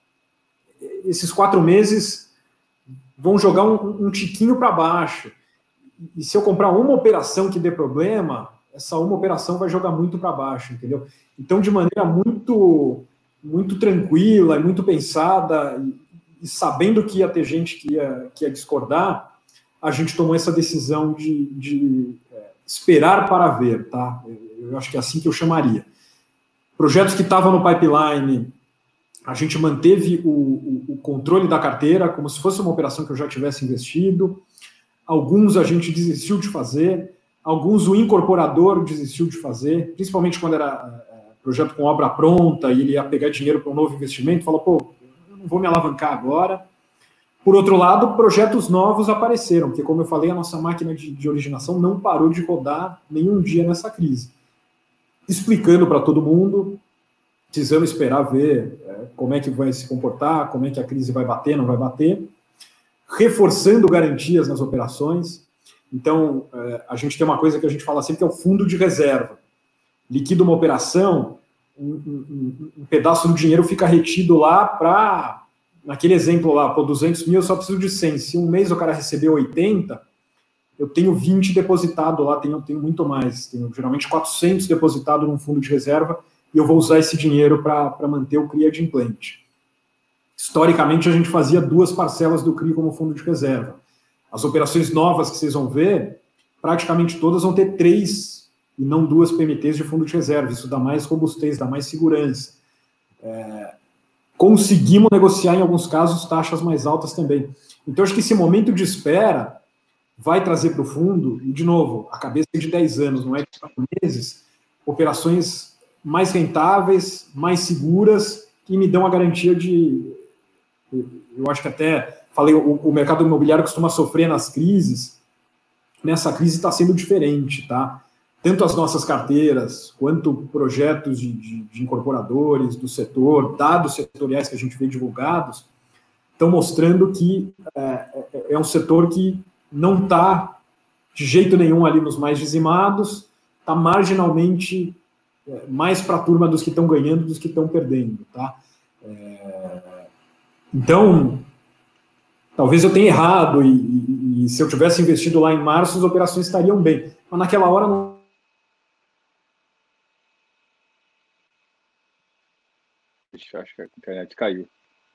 esses 4 meses vão jogar um tiquinho para baixo. E se eu comprar uma operação que dê problema, essa uma operação vai jogar muito para baixo, entendeu? Então, de maneira muito, muito tranquila e muito pensada, e sabendo que ia ter gente que ia discordar, a gente tomou essa decisão de esperar para ver, tá? Eu acho que é assim que eu chamaria. Projetos que estavam no pipeline, a gente manteve o controle da carteira, como se fosse uma operação que eu já tivesse investido. Alguns a gente desistiu de fazer, alguns o incorporador desistiu de fazer, principalmente quando era projeto com obra pronta e ele ia pegar dinheiro para um novo investimento, falou, pô, eu não vou me alavancar agora. Por outro lado, projetos novos apareceram, porque, como eu falei, a nossa máquina de originação não parou de rodar nenhum dia nessa crise. Explicando para todo mundo, precisamos esperar ver como é que vai se comportar, como é que a crise vai bater, não vai bater, reforçando garantias nas operações. Então, a gente tem uma coisa que a gente fala sempre, que é o fundo de reserva. Liquida uma operação, um pedaço do dinheiro fica retido lá para... Naquele exemplo lá, por 200 mil, eu só preciso de 100. Se um mês o cara recebeu 80, eu tenho 20 depositado lá, tenho muito mais. Tenho geralmente 400 depositado num fundo de reserva e eu vou usar esse dinheiro para manter o CRI adimplente. Historicamente, a gente fazia 2 parcelas do CRI como fundo de reserva. As operações novas que vocês vão ver, praticamente todas vão ter 3 e não 2 PMTs de fundo de reserva. Isso dá mais robustez, dá mais segurança. Conseguimos negociar, em alguns casos, taxas mais altas também. Então, acho que esse momento de espera vai trazer para o fundo, e, de novo, a cabeça é de 10 anos, não é de 4 meses, operações mais rentáveis, mais seguras, que me dão a garantia de... Eu acho que até falei, o mercado imobiliário costuma sofrer nas crises. Nessa crise está sendo diferente, tá? Tanto as nossas carteiras, quanto projetos de incorporadores do setor, dados setoriais que a gente vê divulgados, estão mostrando que é um setor que não está de jeito nenhum ali nos mais dizimados, está marginalmente mais para a turma dos que estão ganhando dos que estão perdendo, tá? Então, talvez eu tenha errado e se eu tivesse investido lá em março, as operações estariam bem. Mas naquela hora não. Acho que a internet caiu.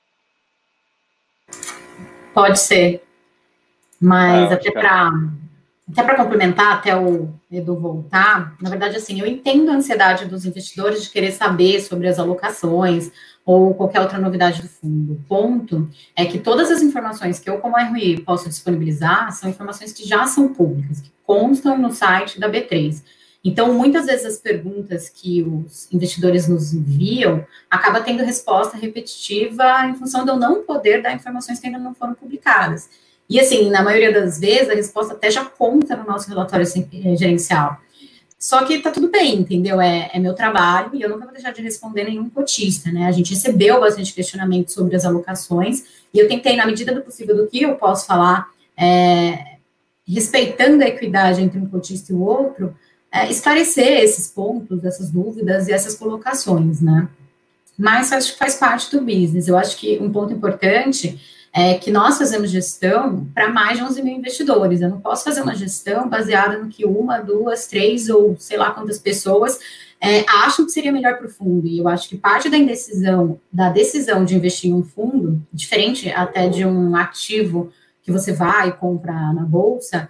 Pode ser. Mas até para complementar, até o Edu voltar, na verdade, assim, eu entendo a ansiedade dos investidores de querer saber sobre as alocações ou qualquer outra novidade do fundo. O ponto é que todas as informações que eu, como RI, posso disponibilizar são informações que já são públicas, que constam no site da B3. Então, muitas vezes as perguntas que os investidores nos enviam acabam tendo resposta repetitiva em função de eu não poder dar informações que ainda não foram publicadas. E, assim, na maioria das vezes, a resposta até já conta no nosso relatório gerencial. Só que tá tudo bem, entendeu? É meu trabalho e eu nunca vou deixar de responder nenhum cotista, né? A gente recebeu bastante questionamento sobre as alocações e eu tentei, na medida do possível, do que eu posso falar, respeitando a equidade entre um cotista e o outro, esclarecer esses pontos, essas dúvidas e essas colocações, né? Mas acho que faz parte do business. Eu acho que um ponto importante é que nós fazemos gestão para mais de 11 mil investidores. Eu não posso fazer uma gestão baseada no que 1, 2, 3 ou sei lá quantas pessoas acham que seria melhor para o fundo. E eu acho que parte da decisão de investir em um fundo, diferente até de um ativo que você vai e compra na bolsa,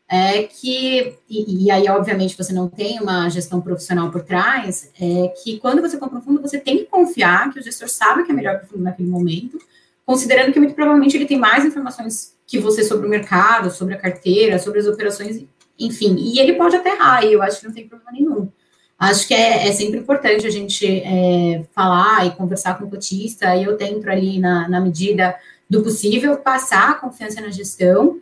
e aí, obviamente, você não tem uma gestão profissional por trás, que quando você compra um fundo, você tem que confiar que o gestor sabe o que é melhor para o fundo naquele momento, considerando que muito provavelmente ele tem mais informações que você sobre o mercado, sobre a carteira, sobre as operações, enfim, e ele pode até errar, e eu acho que não tem problema nenhum. Acho que é sempre importante a gente falar e conversar com o cotista, e eu tento ali, na medida do possível, passar a confiança na gestão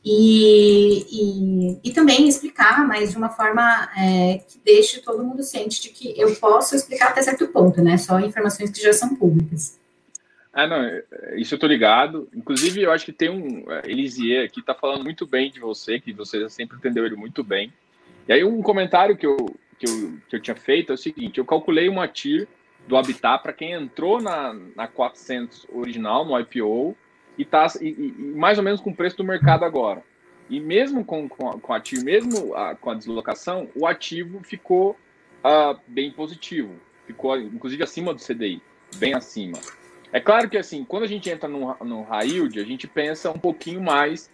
e também explicar, mas de uma forma que deixe todo mundo ciente de que eu posso explicar até certo ponto, né? Só informações que já são públicas. Não, isso eu tô ligado. Inclusive, eu acho que tem um Elisier aqui, tá falando muito bem de você, que você já sempre entendeu ele muito bem. E aí, um comentário que eu tinha feito é o seguinte: eu calculei uma TIR do Habitat para quem entrou na 400 original, no IPO, e tá mais ou menos com o preço do mercado agora. E mesmo com a TIR, mesmo com a deslocação, o ativo ficou bem positivo. Ficou, inclusive, acima do CDI, bem acima. É claro que, assim, quando a gente entra no high yield, a gente pensa um pouquinho mais.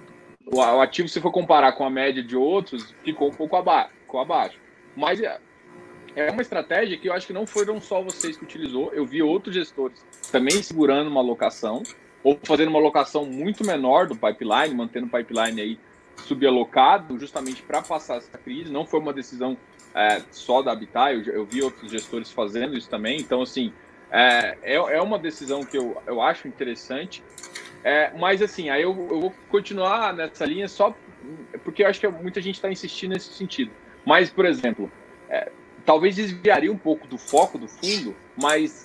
O ativo, se for comparar com a média de outros, ficou um pouco abaixo. Mas é uma estratégia que eu acho que não foram só vocês que utilizou. Eu vi outros gestores também segurando uma alocação, ou fazendo uma alocação muito menor do pipeline, mantendo o pipeline aí subalocado, justamente para passar essa crise. Não foi uma decisão só da Habitat, eu vi outros gestores fazendo isso também. Então, assim, é uma decisão que eu acho interessante. Mas, assim, aí eu vou continuar nessa linha só porque eu acho que muita gente está insistindo nesse sentido. Mas, por exemplo, talvez desviaria um pouco do foco do fundo, mas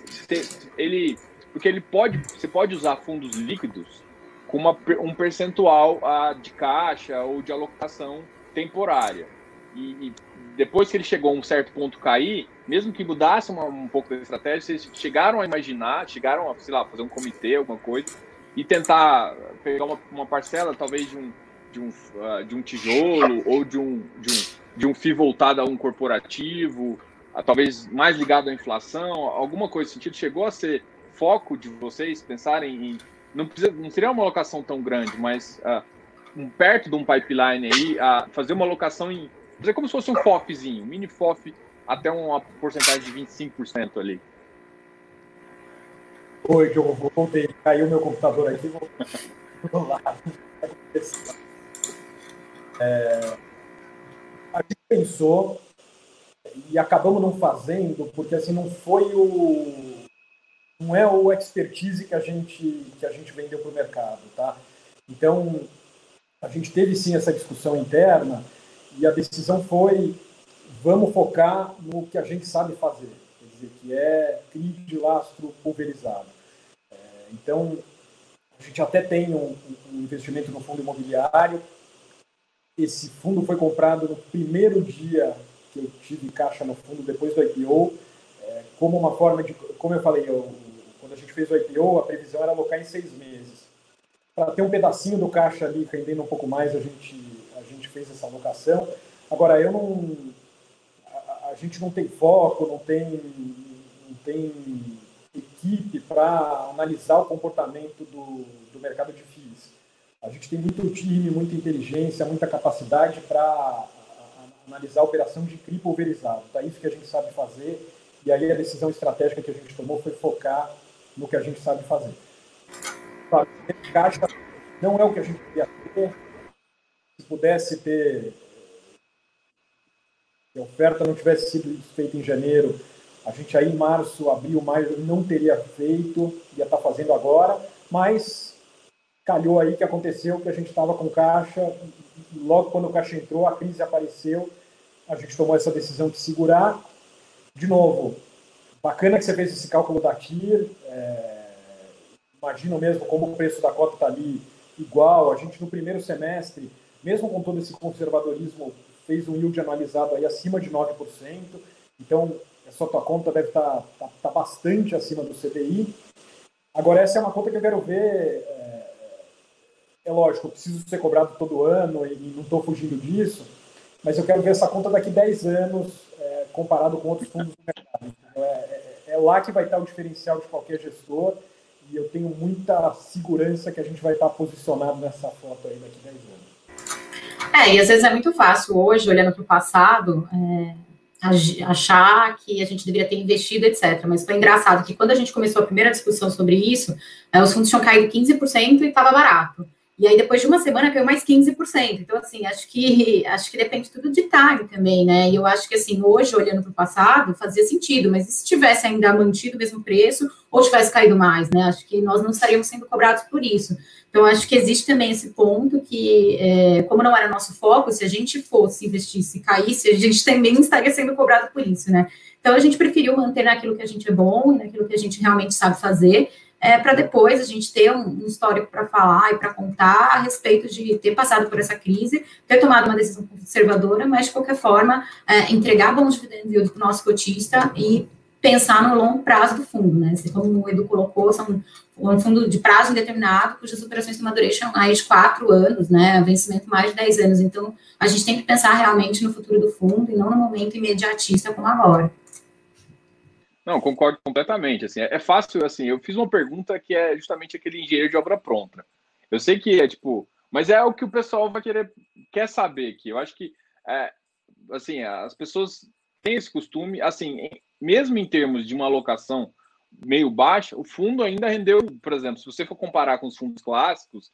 porque você pode usar fundos líquidos com um percentual de caixa ou de alocação temporária. E depois que ele chegou a um certo ponto cair, mesmo que mudasse um pouco da estratégia, vocês chegaram a imaginar, chegaram a, sei lá, fazer um comitê, alguma coisa, e tentar pegar uma parcela, talvez de um tijolo ou de um FII voltado a um corporativo, talvez mais ligado à inflação, alguma coisa nesse sentido. Chegou a ser foco de vocês pensarem em... Não seria uma alocação tão grande, mas perto de um pipeline aí, a fazer uma alocação em... Fazer como se fosse um FOFzinho, um mini FOF, até uma porcentagem de 25% ali. Oi, que eu voltei, caiu meu computador aqui, vou lá. A gente pensou e acabamos não fazendo, porque assim não é o expertise que a gente vendeu para o mercado, tá? Então, a gente teve sim essa discussão interna e a decisão foi: vamos focar no que a gente sabe fazer, quer dizer, que é CRI de lastro pulverizado. Então, a gente até tem um investimento no fundo imobiliário. Esse fundo foi comprado no primeiro dia que eu tive caixa no fundo, depois do IPO, como uma forma de... Como eu falei, quando a gente fez o IPO, a previsão era alocar em 6 meses. Para ter um pedacinho do caixa ali rendendo um pouco mais, a gente fez essa alocação. Agora, a gente não tem foco, não tem equipe para analisar o comportamento do mercado de FIIs. A gente tem muito time, muita inteligência, muita capacidade para analisar a operação de CRI pulverizado. Tá? Isso que a gente sabe fazer, e aí a decisão estratégica que a gente tomou foi focar no que a gente sabe fazer. Caixa não é o que a gente queria ter. Se pudesse ter... Se a oferta não tivesse sido feita em janeiro, a gente aí em março, abril, maio, não teria feito, ia estar fazendo agora, mas calhou aí que aconteceu que a gente estava com caixa, logo quando o caixa entrou, a crise apareceu, a gente tomou essa decisão de segurar. De novo, bacana que você fez esse cálculo da TIR, imagino mesmo como o preço da cota está ali igual, a gente no primeiro semestre, mesmo com todo esse conservadorismo, fez um yield anualizado aí acima de 9%, então essa tua conta deve estar bastante acima do CDI. Agora, essa é uma conta que eu quero ver, é lógico, eu preciso ser cobrado todo ano e não estou fugindo disso, mas eu quero ver essa conta daqui 10 anos comparado com outros fundos do mercado. Então, é lá que vai estar o diferencial de qualquer gestor, e eu tenho muita segurança que a gente vai estar posicionado nessa foto aí daqui 10 anos. E às vezes é muito fácil hoje, olhando para o passado, achar que a gente deveria ter investido, etc. Mas foi engraçado que quando a gente começou a primeira discussão sobre isso, os fundos tinham caído 15% e estava barato. E aí, depois de uma semana, caiu mais 15%. Então, assim, acho que depende tudo de time também, né? E eu acho que, assim, hoje, olhando para o passado, fazia sentido. Mas e se tivesse ainda mantido o mesmo preço ou tivesse caído mais, né? Acho que nós não estaríamos sendo cobrados por isso. Então, acho que existe também esse ponto que, como não era nosso foco, se a gente fosse investir, se caísse, a gente também estaria sendo cobrado por isso, né? Então, a gente preferiu manter naquilo que a gente é bom e naquilo que a gente realmente sabe fazer, para depois a gente ter um histórico para falar e para contar a respeito de ter passado por essa crise, ter tomado uma decisão conservadora, mas, de qualquer forma, entregar bons dividendos para o nosso cotista e pensar no longo prazo do fundo, né? Assim, como o Edu colocou, são um fundo de prazo indeterminado, cujas operações têm uma duration mais de 4 anos, né? Vencimento mais de 10 anos. Então, a gente tem que pensar realmente no futuro do fundo e não no momento imediatista como agora. Não, concordo completamente. Assim, é fácil, assim, eu fiz uma pergunta que é justamente aquele engenheiro de obra pronta. Eu sei que é tipo, mas é o que o pessoal quer saber aqui. Eu acho que, assim, as pessoas têm esse costume, assim, mesmo em termos de uma alocação meio baixa, o fundo ainda rendeu, por exemplo, se você for comparar com os fundos clássicos,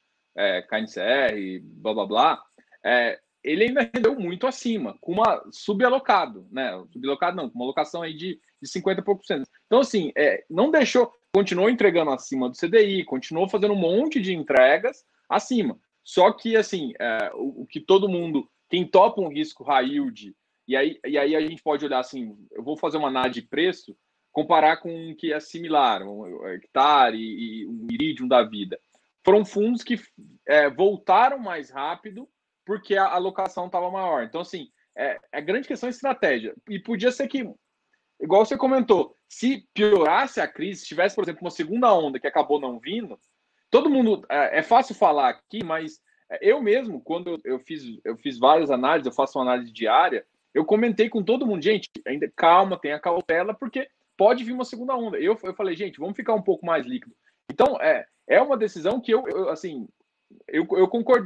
KNCR, blá blá blá, ele ainda rendeu muito acima, com uma subalocado, né? Subalocado não, com uma alocação aí de 50 e poucos por cento. Então, assim, não deixou, continuou entregando acima do CDI, continuou fazendo um monte de entregas acima. Só que, assim, o que todo mundo, quem topa um risco high yield, e aí a gente pode olhar assim, eu vou fazer uma análise de preço, comparar com um que é similar, um Hectare e um Iridium da vida. Foram fundos que voltaram mais rápido porque a alocação estava maior. Então, assim, a grande questão é estratégia. E podia ser que, igual você comentou, se piorasse a crise, se tivesse, por exemplo, uma segunda onda que acabou não vindo, todo mundo... É fácil falar aqui, mas eu mesmo, quando eu fiz várias análises, eu faço uma análise diária, eu comentei com todo mundo, gente, ainda calma, tenha cautela, porque pode vir uma segunda onda. Eu falei, gente, vamos ficar um pouco mais líquido. Então, é uma decisão que eu concordei.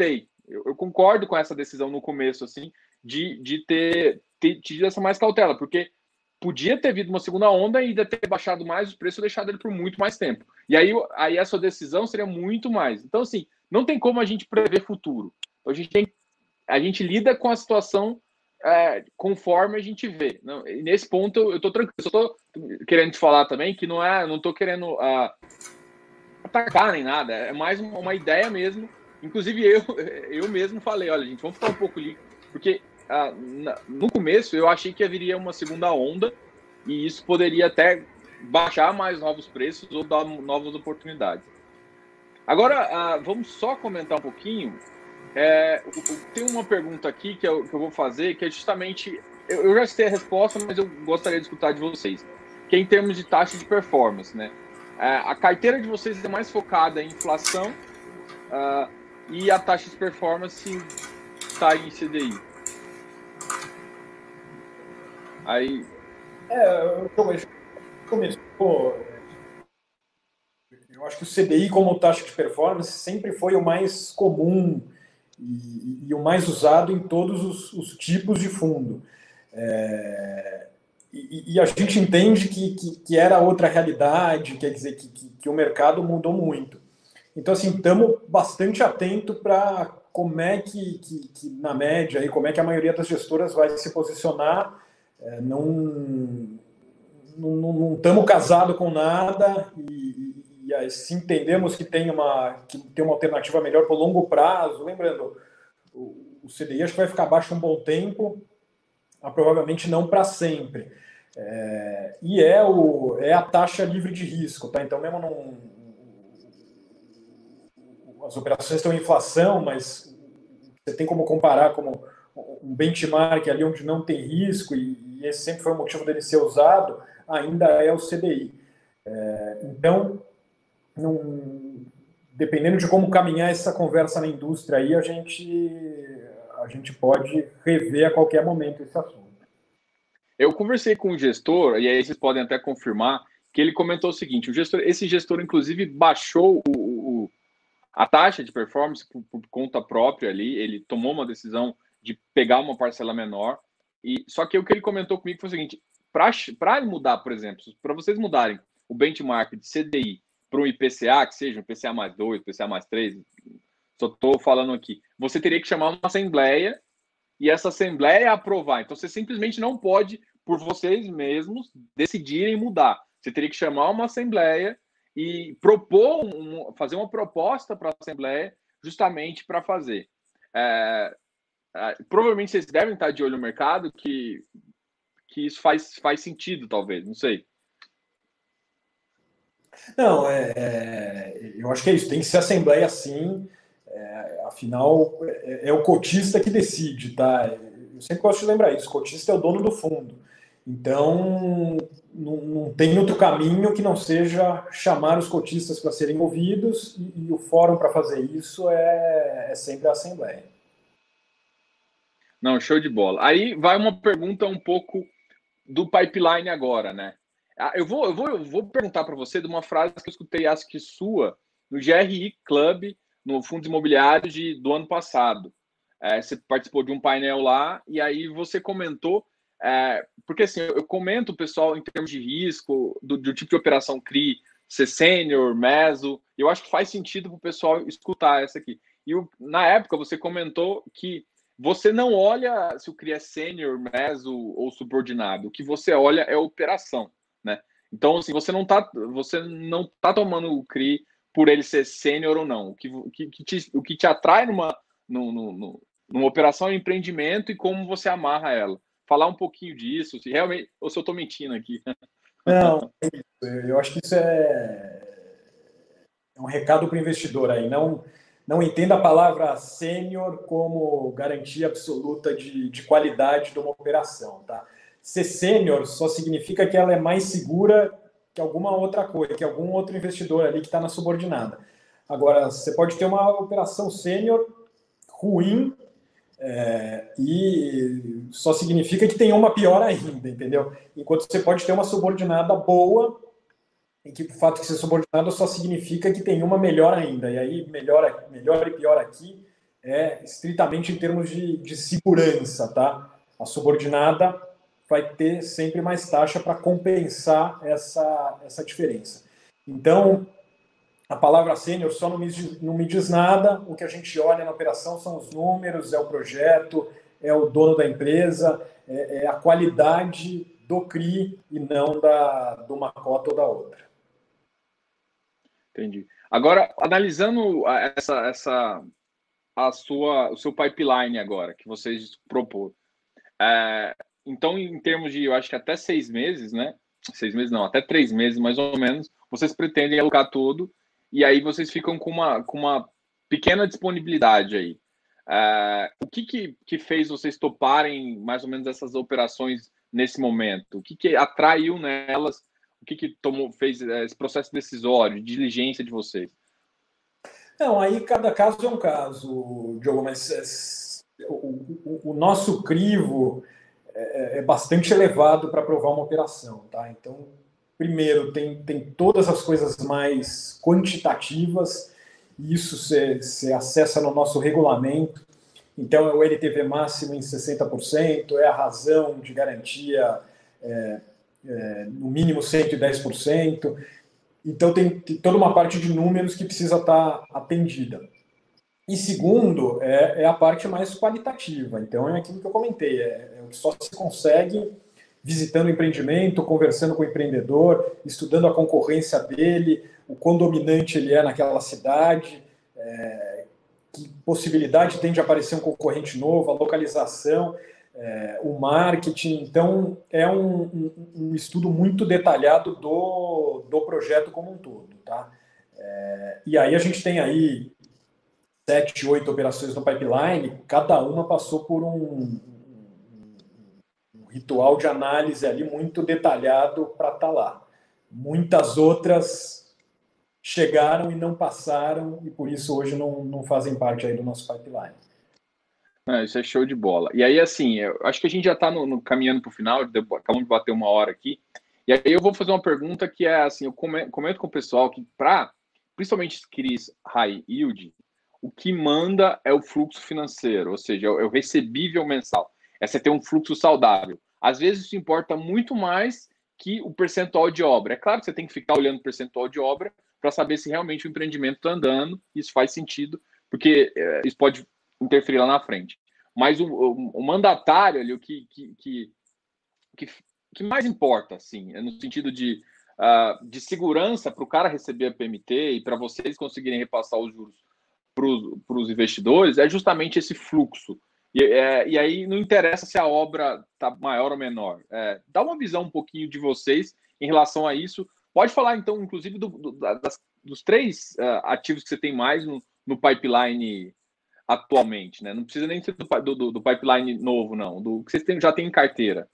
Eu concordo com essa decisão no começo, assim, de ter tido essa mais cautela, porque podia ter vindo uma segunda onda e ainda ter baixado mais os preços e deixado ele por muito mais tempo. E aí a sua decisão seria muito mais. Então, assim, não tem como a gente prever futuro. Então, a gente lida com a situação conforme a gente vê. Não, e nesse ponto, eu estou tranquilo. Eu estou querendo te falar também que não estou querendo atacar nem nada. É mais uma ideia mesmo. Inclusive, eu mesmo falei, olha, gente, vamos ficar um pouco ali, porque no começo eu achei que haveria uma segunda onda e isso poderia até baixar mais novos preços ou dar novas oportunidades. Agora, vamos só comentar um pouquinho. Tem uma pergunta aqui que eu vou fazer, que é justamente, eu já sei a resposta, mas eu gostaria de escutar de vocês, que é em termos de taxa de performance, né? A carteira de vocês é mais focada em inflação e a taxa de performance está em CDI. Aí... Eu acho que o CDI como taxa de performance sempre foi o mais comum e o mais usado em todos os tipos de fundo. E a gente entende que era outra realidade, quer dizer, que o mercado mudou muito. Então, assim, estamos bastante atentos para como é que na média, aí, como é que a maioria das gestoras vai se posicionar. Não estamos casados com nada e se entendemos que tem uma alternativa melhor para o longo prazo, lembrando, o CDI acho que vai ficar baixo um bom tempo, provavelmente não para sempre. E é a taxa livre de risco, tá? Então, mesmo as operações estão em inflação, mas você tem como comparar como um benchmark ali onde não tem risco, e esse sempre foi o motivo dele ser usado, ainda é o CDI. Então, dependendo de como caminhar essa conversa na indústria, aí a gente pode rever a qualquer momento esse assunto. Eu conversei com o gestor, e aí vocês podem até confirmar, que ele comentou o seguinte, esse gestor, inclusive, baixou a taxa de performance por conta própria ali, ele tomou uma decisão de pegar uma parcela menor, só que o que ele comentou comigo foi o seguinte, para mudar, por exemplo, para vocês mudarem o benchmark de CDI para um IPCA, que seja um IPCA mais 2, IPCA mais 3, só estou falando aqui, você teria que chamar uma assembleia e essa assembleia aprovar. Então, você simplesmente não pode, por vocês mesmos, decidirem mudar. Você teria que chamar uma assembleia e fazer uma proposta para a assembleia justamente para fazer. Provavelmente vocês devem estar de olho no mercado que isso faz sentido, talvez, não sei. Não, eu acho que é isso, tem que ser assembleia sim, afinal é o cotista que decide, tá? Eu sempre gosto de lembrar isso, o cotista é o dono do fundo, então não tem outro caminho que não seja chamar os cotistas para serem ouvidos, e o fórum para fazer isso é sempre a assembleia. Não, show de bola. Aí vai uma pergunta um pouco do pipeline agora, né? Eu vou perguntar para você de uma frase que eu escutei, acho que sua, no GRI Club, no Fundos Imobiliários do ano passado. Você participou de um painel lá e aí você comentou, porque assim, eu comento, pessoal, em termos de risco, do tipo de operação CRI, ser sênior, meso, eu acho que faz sentido para o pessoal escutar essa aqui. E na época você comentou que você não olha se o CRI é sênior, meso ou subordinado, o que você olha é a operação. Né? Então, assim, você não tá tomando o CRI por ele ser sênior ou não. O que te atrai numa operação é o empreendimento e como você amarra ela. Falar um pouquinho disso, se realmente, ou se eu estou mentindo aqui. Não, eu acho que isso é um recado para o investidor aí. Não entenda a palavra sênior como garantia absoluta de qualidade de uma operação, tá? Ser sênior só significa que ela é mais segura que alguma outra coisa, que algum outro investidor ali que está na subordinada. Agora, você pode ter uma operação sênior ruim e só significa que tem uma pior ainda, entendeu? Enquanto você pode ter uma subordinada boa, em que o fato de ser subordinado só significa que tem uma melhor ainda. E aí, melhor e pior aqui é estritamente em termos de segurança, tá? A subordinada vai ter sempre mais taxa para compensar essa diferença. Então, a palavra sênior só não me diz nada. O que a gente olha na operação são os números, é o projeto, é o dono da empresa, é a qualidade do CRI e não de uma cota ou da outra. Entendi. Agora, analisando o seu pipeline agora, que vocês propôs. Então, em termos de, eu acho que até 6 meses, né? 6 meses não, até 3 meses mais ou menos, vocês pretendem alocar tudo e aí vocês ficam com uma pequena disponibilidade aí. O que fez vocês toparem mais ou menos essas operações nesse momento? O que atraiu nelas? O que fez esse processo decisório, de diligência de vocês? Não, aí cada caso é um caso, Diogo, mas o nosso crivo é bastante elevado para aprovar uma operação, tá? Então, primeiro, tem todas as coisas mais quantitativas, e isso você acessa no nosso regulamento. Então, é o LTV máximo em 60%, é a razão de garantia no mínimo 110%. Então, tem toda uma parte de números que precisa estar atendida. E segundo, é a parte mais qualitativa. Então, é aquilo que eu comentei, é o que só se consegue visitando o empreendimento, conversando com o empreendedor, estudando a concorrência dele, o quão dominante ele é naquela cidade, que possibilidade tem de aparecer um concorrente novo, a localização, o marketing. Então, é um estudo muito detalhado do projeto como um todo. Tá? E aí a gente tem aí 7, 8 operações no pipeline, cada uma passou por um ritual de análise ali muito detalhado para estar lá. Muitas outras chegaram e não passaram, e por isso hoje não fazem parte aí do nosso pipeline. Isso é show de bola. E aí, assim, eu acho que a gente já está caminhando para o final, acabamos de bater 1 hora aqui, e aí eu vou fazer uma pergunta que é assim, eu comento com o pessoal que principalmente CRIs high yield, o que manda é o fluxo financeiro, ou seja, é o recebível mensal. É você ter um fluxo saudável. Às vezes isso importa muito mais que o percentual de obra. É claro que você tem que ficar olhando o percentual de obra para saber se realmente o empreendimento está andando, isso faz sentido, porque isso pode interferir lá na frente. Mas o mandatário ali, o que mais importa, assim, é no sentido de segurança para o cara receber a PMT e para vocês conseguirem repassar os juros para os investidores, é justamente esse fluxo. E aí não interessa se a obra está maior ou menor. Dá uma visão um pouquinho de vocês em relação a isso. Pode falar, então, inclusive, dos 3 ativos que você tem mais no pipeline atualmente, né? Não precisa nem ser do pipeline novo, não. Do que vocês já têm em carteira.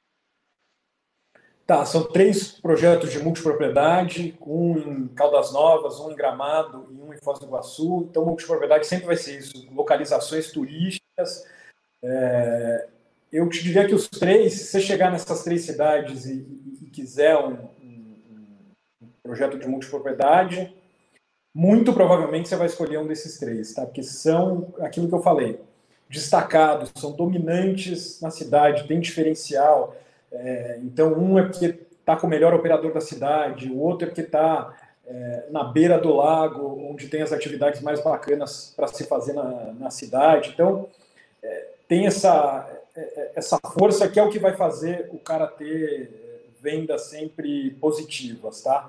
Tá, são 3 projetos de multipropriedade, um em Caldas Novas, um em Gramado e um em Foz do Iguaçu. Então, multipropriedade sempre vai ser isso, localizações turísticas. Eu te diria que os 3, se você chegar nessas 3 cidades e quiser um projeto de multipropriedade, muito provavelmente você vai escolher um desses 3, tá? Porque são aquilo que eu falei, destacados, são dominantes na cidade, tem diferencial. Então, um é porque está com o melhor operador da cidade, o outro é porque está na beira do lago, onde tem as atividades mais bacanas para se fazer na cidade. Então, tem essa força que é o que vai fazer o cara ter vendas sempre positivas, tá?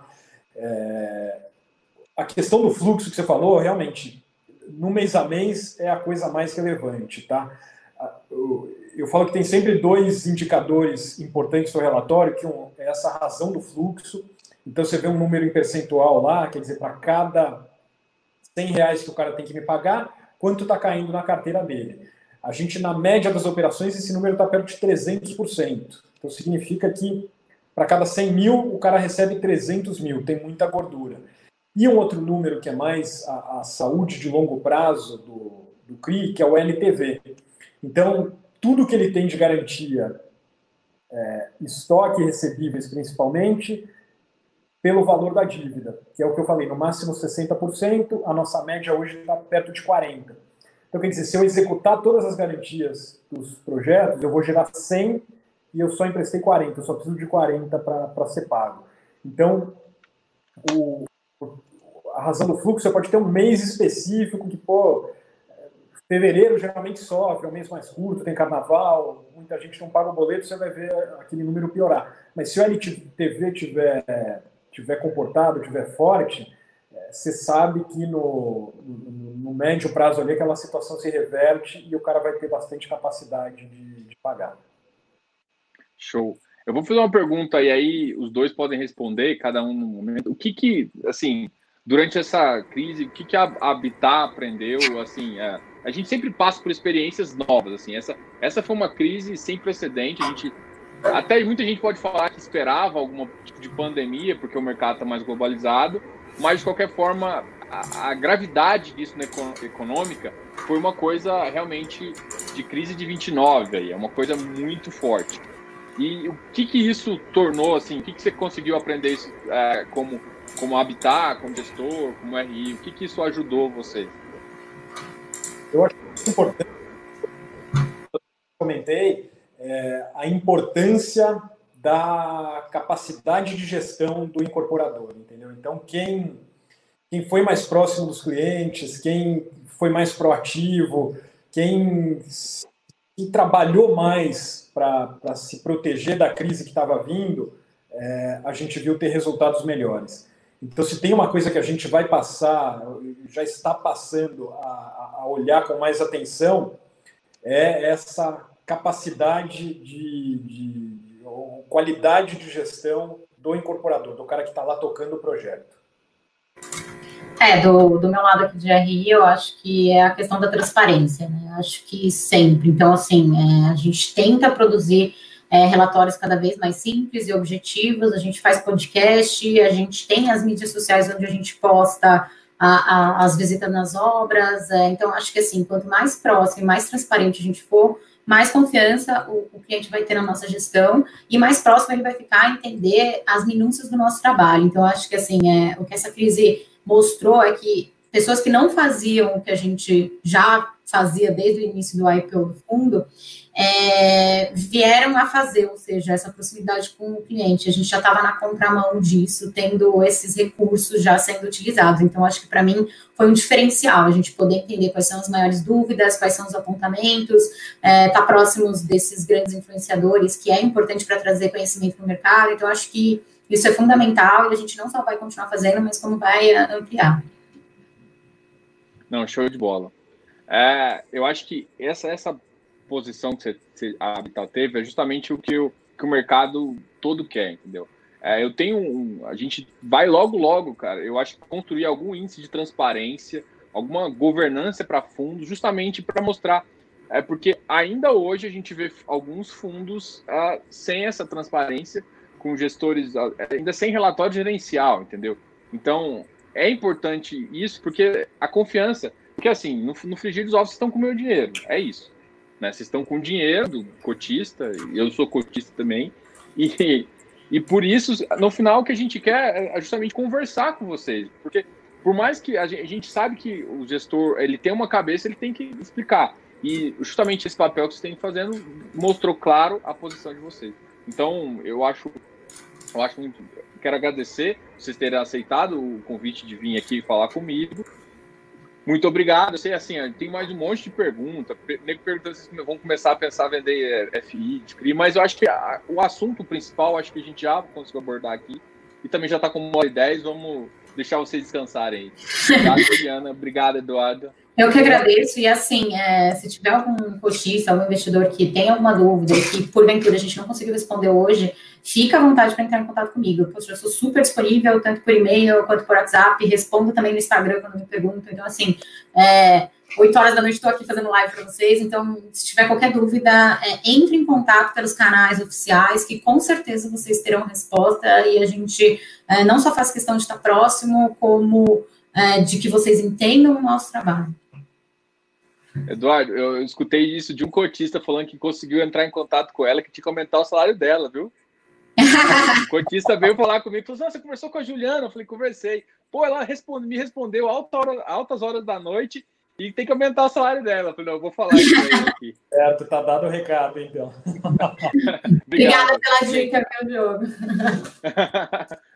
A questão do fluxo que você falou, realmente, no mês a mês é a coisa mais relevante, tá? Eu falo que tem sempre 2 indicadores importantes no relatório, que é essa razão do fluxo. Então, você vê um número em percentual lá, quer dizer, para cada R$100 que o cara tem que me pagar, quanto está caindo na carteira dele. A gente, na média das operações, esse número está perto de 300%. Então, significa que para cada 100 mil, o cara recebe 300 mil, tem muita gordura. E um outro número que é mais a saúde de longo prazo do CRI, que é o LTV. Então, tudo que ele tem de garantia, estoque e recebíveis principalmente, pelo valor da dívida, que é o que eu falei, no máximo 60%, a nossa média hoje está perto de 40%. Então, Então, quer dizer, se eu executar todas as garantias dos projetos, eu vou gerar 100 e eu só emprestei 40, eu só preciso de 40 para ser pago. Então, a razão do fluxo, você pode ter um mês específico que, fevereiro geralmente sofre, é um mês mais curto, tem carnaval, muita gente não paga o boleto, você vai ver aquele número piorar. Mas se o LTV tiver comportado, tiver forte, você sabe que no médio prazo ali aquela situação se reverte e o cara vai ter bastante capacidade de pagar. Show. Eu vou fazer uma pergunta e aí os dois podem responder, cada um no momento. O que assim, durante essa crise, o que a Habitat aprendeu? Assim, a gente sempre passa por experiências novas. Assim, essa foi uma crise sem precedente. Até muita gente pode falar que esperava algum tipo de pandemia, porque o mercado está mais globalizado, mas de qualquer forma, a gravidade disso na econômica foi uma coisa realmente de crise de 29, aí, é uma coisa muito forte. E o que isso tornou, assim, o que você conseguiu aprender isso, como Habitat, como gestor, como RI, o que isso ajudou você? Eu acho que é importante, eu comentei, a importância da capacidade de gestão do incorporador, entendeu? Então, quem foi mais próximo dos clientes, quem foi mais proativo, quem trabalhou mais para se proteger da crise que estava vindo, a gente viu ter resultados melhores. Então, se tem uma coisa que a gente vai passar, já está passando a olhar com mais atenção, é essa capacidade qualidade de gestão do incorporador, do cara que está lá tocando o projeto. Do meu lado aqui de RI, eu acho que é a questão da transparência, né? Acho que sempre. Então, assim, a gente tenta produzir relatórios cada vez mais simples e objetivos, a gente faz podcast, a gente tem as mídias sociais onde a gente posta as visitas nas obras. Então, acho que, assim, quanto mais próximo e mais transparente a gente for, mais confiança o cliente vai ter na nossa gestão e mais próximo ele vai ficar a entender as minúcias do nosso trabalho. Então, acho que, assim, o que essa crise mostrou é que pessoas que não faziam o que a gente já fazia desde o início do IPO do fundo, vieram a fazer, ou seja, essa proximidade com o cliente. A gente já estava na contramão disso, tendo esses recursos já sendo utilizados. Então, acho que para mim foi um diferencial, a gente poder entender quais são as maiores dúvidas, quais são os apontamentos, tá próximos desses grandes influenciadores, que é importante para trazer conhecimento no mercado. Então, acho que isso é fundamental e a gente não só vai continuar fazendo, mas como vai ampliar. Não, show de bola. Eu acho que essa posição que a Habitat teve é justamente o que o mercado todo quer, entendeu? A gente vai logo, cara, eu acho que construir algum índice de transparência, alguma governança para fundos, justamente para mostrar, porque ainda hoje a gente vê alguns fundos sem essa transparência, com gestores ainda sem relatório gerencial, entendeu? Então, é importante isso, porque a confiança, porque assim, no frigir dos ovos vocês estão com o meu dinheiro, é isso, né? Vocês estão com dinheiro do cotista, eu sou cotista também, e por isso, no final, o que a gente quer é justamente conversar com vocês, porque por mais que a gente sabe que o gestor, ele tem uma cabeça, ele tem que explicar, e justamente esse papel que vocês têm fazendo mostrou claro a posição de vocês. Então, eu acho muito. Quero agradecer vocês terem aceitado o convite de vir aqui falar comigo. Muito obrigado. Eu sei, assim, tem mais um monte de perguntas. Nego perguntando se vocês vão começar a pensar em vender FI, de CRI, mas eu acho que o assunto principal, acho que a gente já conseguiu abordar aqui. E também já está com 1h10. Vamos deixar vocês descansarem aí. Obrigado, Juliana. Obrigado, Eduardo. Eu que agradeço, e assim, se tiver algum cotista, algum investidor que tem alguma dúvida e que, porventura, a gente não conseguiu responder hoje, fica à vontade para entrar em contato comigo. Eu sou super disponível, tanto por e-mail quanto por WhatsApp, respondo também no Instagram quando me perguntam. Então, assim, 8 horas da noite estou aqui fazendo live para vocês, então, se tiver qualquer dúvida, entre em contato pelos canais oficiais, que com certeza vocês terão resposta, e a gente não só faz questão de estar próximo, como de que vocês entendam o nosso trabalho. Eduardo, eu escutei isso de um cotista falando que conseguiu entrar em contato com ela, que tinha que aumentar o salário dela, viu? O cotista veio falar comigo, falou, você conversou com a Juliana? Eu falei, conversei. Pô, ela me respondeu altas horas da noite E tem que aumentar o salário dela. Eu falei, não, eu vou falar isso aí aqui. Tu tá dando o recado, então. Obrigada pela dica, meu Diogo.